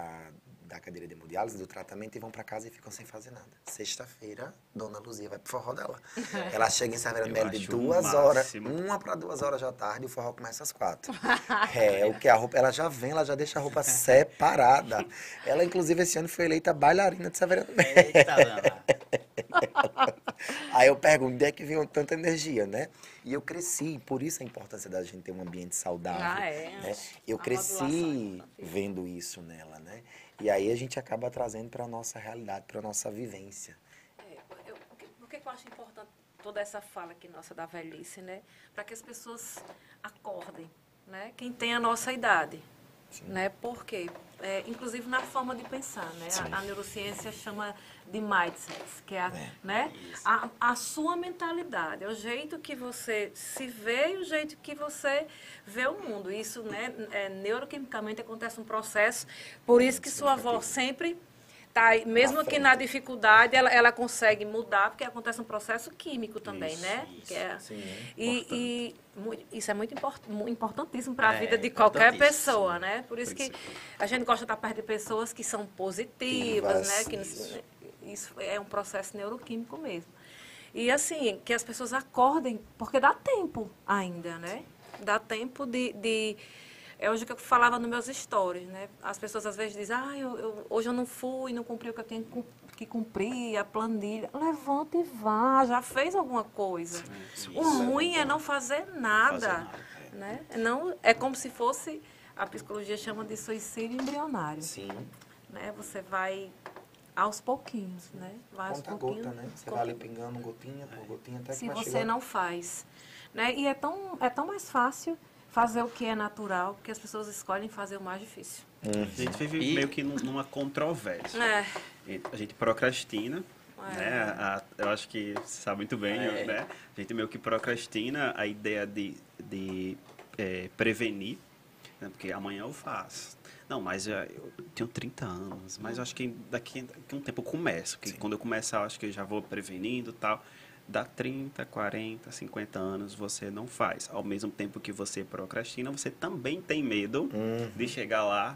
[SPEAKER 1] da cadeira de hemodiálise, do tratamento, e vão pra casa e ficam sem fazer nada. Sexta-feira, Dona Luzia vai pro forró dela. Ela chega em Saveiro de 2 horas, 1 para 2 horas da tarde, e o forró começa às 4. O que a roupa, ela já vem, ela já deixa a roupa separada. Ela, inclusive, esse ano foi eleita bailarina de Saveiro do Médio. Aí eu pergunto, onde é que veio tanta energia, né? E eu cresci, por isso a importância da gente ter um ambiente saudável. Né? Eu cresci vendo isso nela, né? E aí a gente acaba trazendo para a nossa realidade, para a nossa vivência.
[SPEAKER 3] Por que eu acho importante toda essa fala aqui nossa da velhice, né? Para que as pessoas acordem, né? Quem tem a nossa idade. Né? Por quê? Inclusive na forma de pensar, né? A neurociência chama de mindset, que é, né? A sua mentalidade, é o jeito que você se vê e o jeito que você vê o mundo. Isso, né? Neuroquimicamente acontece um processo, por isso que sua avó sempre tá aí, mesmo que na dificuldade, ela consegue mudar, porque acontece um processo químico também, né? Que é, isso é muito importantíssimo para a vida de qualquer pessoa, né? Por isso que a gente gosta de estar perto de pessoas que são positivas, né? Que isso é um processo neuroquímico mesmo. E assim, que as pessoas acordem, porque dá tempo ainda, né? Dá tempo de é hoje que eu falava nos meus stories, né? As pessoas às vezes dizem, hoje eu não fui, não cumpri o que eu tinha que cumprir, a planilha. Levanta e vá, já fez alguma coisa. O ruim é não fazer nada. Né? Não, é como se fosse, a psicologia chama de suicídio embrionário.
[SPEAKER 1] Sim.
[SPEAKER 3] Né? Você vai aos pouquinhos, né? Vai aos pouquinhos.
[SPEAKER 1] Gota, né? Você vai ali pingando gotinha por gotinha até que
[SPEAKER 3] se
[SPEAKER 1] vai
[SPEAKER 3] você
[SPEAKER 1] chegar.
[SPEAKER 3] não faz. Né? E é tão mais fácil fazer o que é natural, porque as pessoas escolhem fazer o mais difícil.
[SPEAKER 2] A gente vive meio que numa controvérsia. A gente procrastina, né? Eu acho que você sabe muito bem, né? A gente meio que procrastina a ideia de prevenir, né? Porque amanhã eu faço. Não, mas eu tenho 30 anos, mas eu acho que daqui a um tempo eu começo. Porque quando eu começar, eu acho que eu já vou prevenindo e tal. Dá 30, 40, 50 anos, você não faz. Ao mesmo tempo que você procrastina, você também tem medo de chegar lá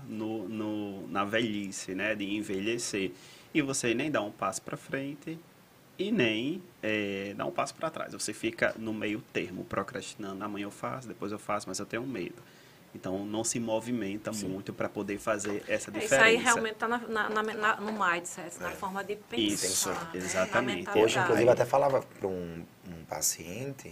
[SPEAKER 2] na velhice, né? De envelhecer. E você nem dá um passo para frente e nem dá um passo para trás. Você fica no meio termo, procrastinando. Amanhã eu faço, depois eu faço, mas eu tenho medo. Então, não se movimenta muito para poder fazer essa diferença.
[SPEAKER 3] Isso aí realmente está no mindset, na forma de pensar.
[SPEAKER 2] Isso,
[SPEAKER 3] né?
[SPEAKER 2] exatamente.
[SPEAKER 1] Hoje, inclusive, eu até falava para um paciente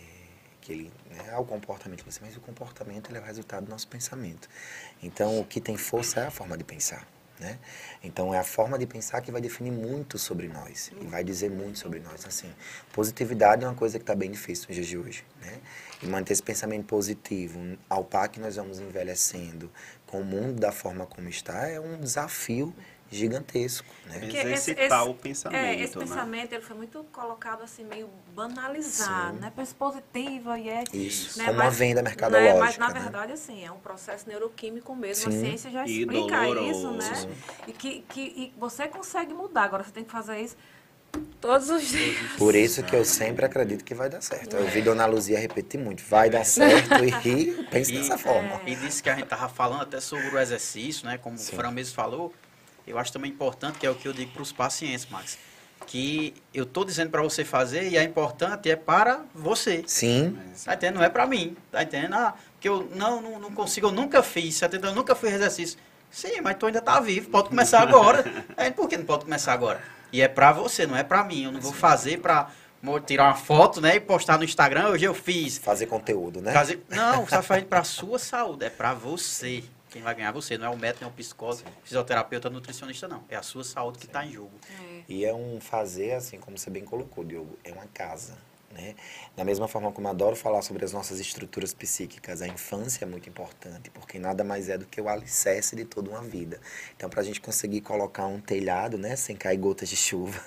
[SPEAKER 1] que ele, o comportamento, mas o comportamento ele é o resultado do nosso pensamento. Então, o que tem força é a forma de pensar. Né? Então, é a forma de pensar que vai definir muito sobre nós e vai dizer muito sobre nós. Assim, positividade é uma coisa que está bem difícil nos dias de hoje. Né? E manter esse pensamento positivo, ao par que nós vamos envelhecendo com o mundo da forma como está, é um desafio gigantesco. Né?
[SPEAKER 2] Exercitar o pensamento.
[SPEAKER 3] Esse pensamento ele foi muito colocado assim, meio banalizado, né? Positiva e
[SPEAKER 1] isso,
[SPEAKER 3] né?
[SPEAKER 1] como uma venda mercadológica.
[SPEAKER 3] Né? Mas, na verdade, assim, é um processo neuroquímico mesmo.
[SPEAKER 1] Sim.
[SPEAKER 3] A ciência já explica isso, né? E que você consegue mudar. Agora, você tem que fazer isso todos os dias.
[SPEAKER 1] Por isso que eu sempre acredito que vai dar certo. Eu ouvi Dona Luzia repetir muito, vai dar certo e penso dessa forma.
[SPEAKER 4] E disse que a gente estava falando até sobre o exercício, né? Como o Fran mesmo falou. Eu acho também importante, que é o que eu digo para os pacientes, Max, que eu estou dizendo para você fazer e é importante, é para você.
[SPEAKER 1] Sim.
[SPEAKER 4] Tá entendendo? Não é para mim. Tá entendendo? Porque eu não consigo, eu nunca fiz, tá entendendo? Eu nunca fiz exercício. Sim, mas tu ainda tá vivo, pode começar agora. Por que não pode começar agora? E é para você, não é para mim. Eu não vou fazer para tirar uma foto, né, e postar no Instagram, hoje eu fiz.
[SPEAKER 1] Fazer conteúdo, né?
[SPEAKER 4] Não, você está fazendo para a sua saúde, é para você. Quem vai ganhar você, não é o médico, nem o psicólogo, fisioterapeuta, nutricionista, não. É a sua saúde que está em jogo.
[SPEAKER 1] E é um fazer, assim, como você bem colocou, Diogo, é uma casa, né? Da mesma forma como eu adoro falar sobre as nossas estruturas psíquicas, a infância é muito importante, porque nada mais é do que o alicerce de toda uma vida. Então, para a gente conseguir colocar um telhado, né, sem cair gotas de chuva,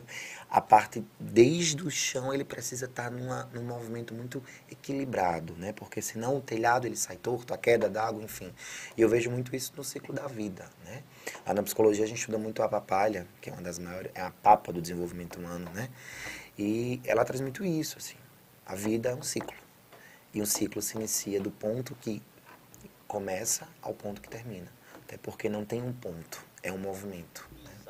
[SPEAKER 1] a parte desde o chão ele precisa estar num movimento muito equilibrado, né? Porque senão o telhado ele sai torto, a queda d'água, enfim. E eu vejo muito isso no ciclo da vida, né? Lá na psicologia a gente estuda muito a papalha, que é uma das maiores, é a papa do desenvolvimento humano, né? E ela traz muito isso, assim. A vida é um ciclo. E um ciclo se inicia do ponto que começa ao ponto que termina. Até porque não tem um ponto, é um movimento.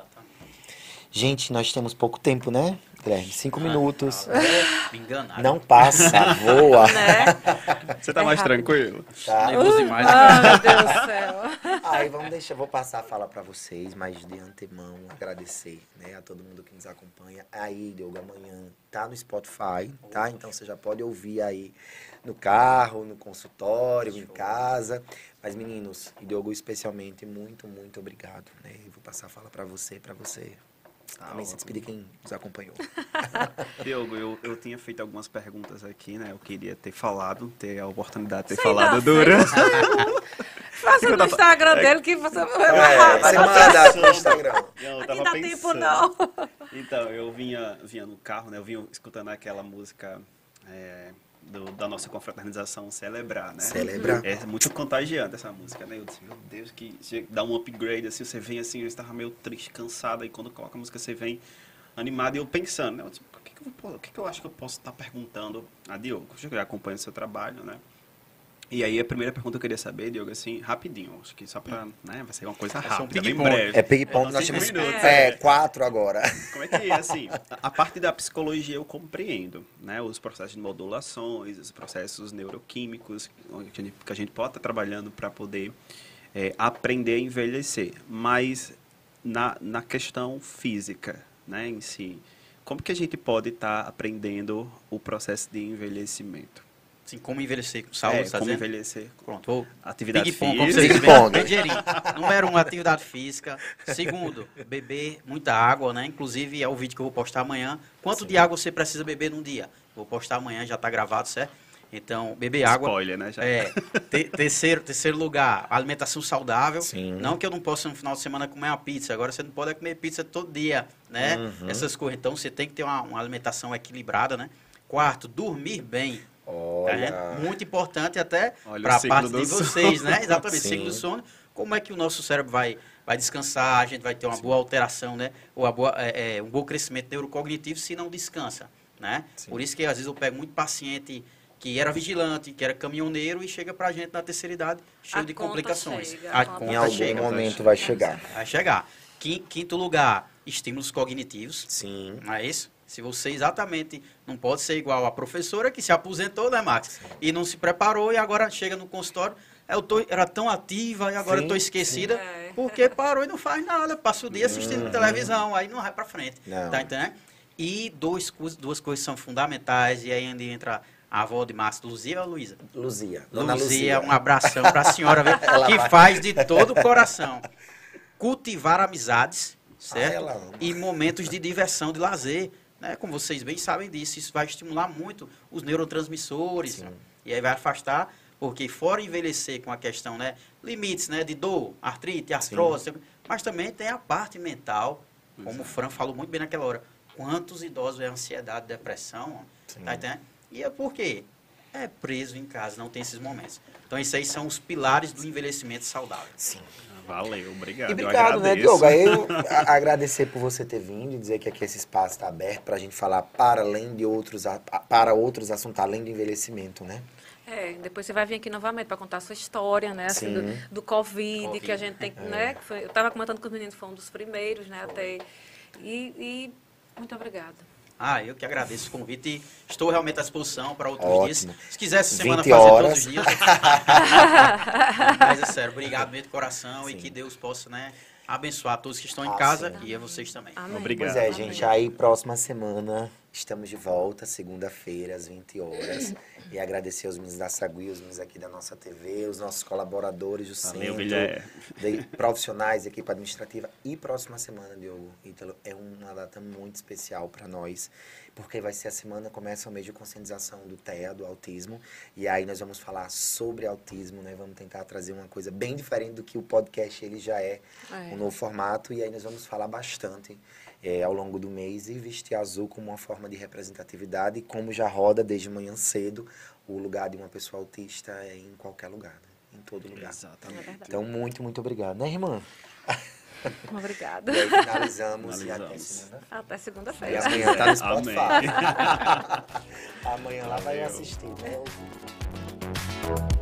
[SPEAKER 1] Gente, nós temos pouco tempo, né, Guilherme? 5 minutos.
[SPEAKER 4] Me enganaram.
[SPEAKER 1] Não passa, voa.
[SPEAKER 3] Né?
[SPEAKER 2] Você tá mais tranquilo?
[SPEAKER 1] Tá.
[SPEAKER 4] Nervoso demais.
[SPEAKER 3] Ah, meu Deus do céu.
[SPEAKER 1] Aí vou passar a fala para vocês, mas de antemão agradecer, né, a todo mundo que nos acompanha. Aí, Diogo, amanhã tá no Spotify, tá? Então você já pode ouvir aí no carro, no consultório, em casa. Mas meninos, e Diogo especialmente, muito, muito obrigado, né? E vou passar a fala para você também se despedir quem nos acompanhou.
[SPEAKER 2] Diogo, eu tinha feito algumas perguntas aqui, né? Eu queria ter a oportunidade de ter
[SPEAKER 3] Sei
[SPEAKER 2] falado
[SPEAKER 3] lá,
[SPEAKER 2] durante.
[SPEAKER 3] Faça no Instagram dele que você vai
[SPEAKER 1] Você manda pro Instagram.
[SPEAKER 2] Eu
[SPEAKER 3] Aqui
[SPEAKER 2] tava
[SPEAKER 3] dá tempo
[SPEAKER 2] pensando.
[SPEAKER 3] não.
[SPEAKER 2] Então, eu vinha no carro, né? Eu vinha escutando aquela música da nossa confraternização Celebrar, né?
[SPEAKER 1] Celebrar.
[SPEAKER 2] É muito contagiante essa música, né? Eu disse, meu Deus, que dá um upgrade, assim, você vem assim, eu estava meio triste, cansado, e quando coloca a música você vem animado, e eu pensando, né? Eu disse, o que eu acho que eu posso estar perguntando a Diogo? Eu já acompanho o seu trabalho, né? E aí a primeira pergunta que eu queria saber, Diogo, assim, rapidinho, acho que só pra, né, vai ser uma coisa
[SPEAKER 4] Vai ser um
[SPEAKER 2] rápida, bem
[SPEAKER 4] ping-pong.
[SPEAKER 2] breve.
[SPEAKER 1] É ping-pong, nós
[SPEAKER 2] 5
[SPEAKER 1] temos
[SPEAKER 2] minutos,
[SPEAKER 1] 4 agora.
[SPEAKER 2] Como é que é, assim, a parte da psicologia eu compreendo, né, os processos de modulações, os processos neuroquímicos, que a gente pode estar trabalhando para poder aprender a envelhecer, mas na questão física, né, em si, como que a gente pode estar aprendendo o processo de envelhecimento?
[SPEAKER 4] Assim, como envelhecer com saúde, tá
[SPEAKER 2] como
[SPEAKER 4] dizendo?
[SPEAKER 2] envelhecer.
[SPEAKER 4] Pronto, vou.
[SPEAKER 2] Atividade
[SPEAKER 4] Ping-pong, como
[SPEAKER 2] física.
[SPEAKER 4] vocês
[SPEAKER 1] Ping-pong.
[SPEAKER 4] veem, bem digeirinho. Número 1, atividade física. Segundo, beber muita água, né? Inclusive, é o vídeo que eu vou postar amanhã. Quanto de água você precisa beber num dia? Vou postar amanhã, já está gravado, certo? Então, beber água.
[SPEAKER 2] Spoiler, né? Já.
[SPEAKER 4] Terceiro lugar, alimentação saudável.
[SPEAKER 1] Sim.
[SPEAKER 4] Não que eu não possa no final de semana comer uma pizza. Agora você não pode comer pizza todo dia, né? Essas coisas. Então, você tem que ter uma alimentação equilibrada, né? Quarto, dormir bem.
[SPEAKER 1] Olha.
[SPEAKER 4] Muito importante até
[SPEAKER 2] Olha,
[SPEAKER 4] para
[SPEAKER 2] o
[SPEAKER 4] a
[SPEAKER 2] ciclo
[SPEAKER 4] parte
[SPEAKER 2] do
[SPEAKER 4] de vocês, né? Exatamente,
[SPEAKER 1] Sim.
[SPEAKER 4] ciclo do sono. Como é que o nosso cérebro vai descansar, a gente vai ter uma boa alteração, né? Ou um bom crescimento neurocognitivo se não descansa, né?
[SPEAKER 1] Sim.
[SPEAKER 4] Por isso que às vezes eu pego muito paciente que era vigilante, que era caminhoneiro e chega pra gente na terceira idade cheio
[SPEAKER 3] A
[SPEAKER 4] de
[SPEAKER 3] conta
[SPEAKER 4] complicações.
[SPEAKER 3] chega,
[SPEAKER 4] A
[SPEAKER 3] a conta
[SPEAKER 1] Em
[SPEAKER 4] conta
[SPEAKER 1] algum
[SPEAKER 4] chega.
[SPEAKER 1] momento vai chegar.
[SPEAKER 4] Vai chegar. Quinto lugar, estímulos cognitivos.
[SPEAKER 1] Sim.
[SPEAKER 4] Não é isso? Se você exatamente não pode ser igual a professora que se aposentou, né, Max? E não se preparou e agora chega no consultório, era tão ativa e agora eu estou esquecida,
[SPEAKER 3] sim.
[SPEAKER 4] porque parou e não faz nada, passa o dia assistindo televisão, aí não vai para frente.
[SPEAKER 1] Não.
[SPEAKER 4] Tá entendendo? E duas coisas são fundamentais, e aí entra a avó de Max, Luzia ou Luísa?
[SPEAKER 1] Luzia. Dona
[SPEAKER 4] Luzia, um abração para a senhora, viu? Que faz de todo o coração. Cultivar amizades, certo?
[SPEAKER 1] ela ama.
[SPEAKER 4] E momentos de diversão, de lazer. Né? Como vocês bem sabem disso, isso vai estimular muito os neurotransmissores.
[SPEAKER 1] Sim.
[SPEAKER 4] E aí vai afastar, porque fora envelhecer com a questão, né, limites, né, de dor, artrite, artrose, mas também tem a parte mental, como o Fran falou muito bem naquela hora. Quantos idosos é ansiedade, depressão,
[SPEAKER 1] Sim.
[SPEAKER 4] tá entendendo? E é por quê? É preso em casa, não tem esses momentos. Então, esses aí são os pilares do envelhecimento saudável.
[SPEAKER 1] Sim.
[SPEAKER 2] Valeu, obrigado.
[SPEAKER 1] E
[SPEAKER 2] eu
[SPEAKER 1] obrigado, né,
[SPEAKER 2] agradeço.
[SPEAKER 1] Diogo? Aí eu agradecer por você ter vindo e dizer que aqui esse espaço está aberto para a gente falar para outros assuntos, além do envelhecimento, né?
[SPEAKER 3] Depois você vai vir aqui novamente para contar a sua história, né? Assim,
[SPEAKER 1] Sim.
[SPEAKER 3] do COVID, que a gente tem, né? Que eu estava comentando com os meninos, foi um dos primeiros, né? Até. E muito obrigada.
[SPEAKER 4] Eu que agradeço o convite e estou realmente à disposição para outros
[SPEAKER 1] Ótimo.
[SPEAKER 4] dias. Se quiser essa semana
[SPEAKER 1] 20
[SPEAKER 4] fazer
[SPEAKER 1] horas.
[SPEAKER 4] todos os dias. Mas é sério, obrigado mesmo de coração e que Deus possa, né, abençoar todos que estão em casa
[SPEAKER 1] sim.
[SPEAKER 4] e a vocês também.
[SPEAKER 3] Amém.
[SPEAKER 2] Obrigado.
[SPEAKER 1] Pois é,
[SPEAKER 3] Amém.
[SPEAKER 1] gente, aí próxima semana estamos de volta, segunda-feira, às 20 horas. E agradecer aos meninos da Sagui, os meninos aqui da nossa TV, os nossos colaboradores do
[SPEAKER 2] Valeu,
[SPEAKER 1] centro,
[SPEAKER 2] Guilherme.
[SPEAKER 1] profissionais, equipe administrativa. E próxima semana, Diogo, Ítalo, é uma data muito especial para nós, porque vai ser a semana, começa o mês de conscientização do TEA, do autismo. E aí nós vamos falar sobre autismo, né? Vamos tentar trazer uma coisa bem diferente do que o podcast ele já é, um novo formato. E aí nós vamos falar bastante ao longo do mês, e vestir azul como uma forma de representatividade, e como já roda desde manhã cedo o lugar de uma pessoa autista em qualquer lugar, né? Em todo lugar.
[SPEAKER 2] Exatamente.
[SPEAKER 1] Então, muito, muito obrigado, né, irmã?
[SPEAKER 3] Obrigada.
[SPEAKER 1] E aí finalizamos e até
[SPEAKER 2] Finalizamos.
[SPEAKER 1] segunda.
[SPEAKER 3] Até
[SPEAKER 1] E
[SPEAKER 3] segunda-feira.
[SPEAKER 1] amanhã tá no Spotify.
[SPEAKER 2] Amém.
[SPEAKER 1] Amanhã lá vai
[SPEAKER 2] Valeu.
[SPEAKER 1] assistir, né?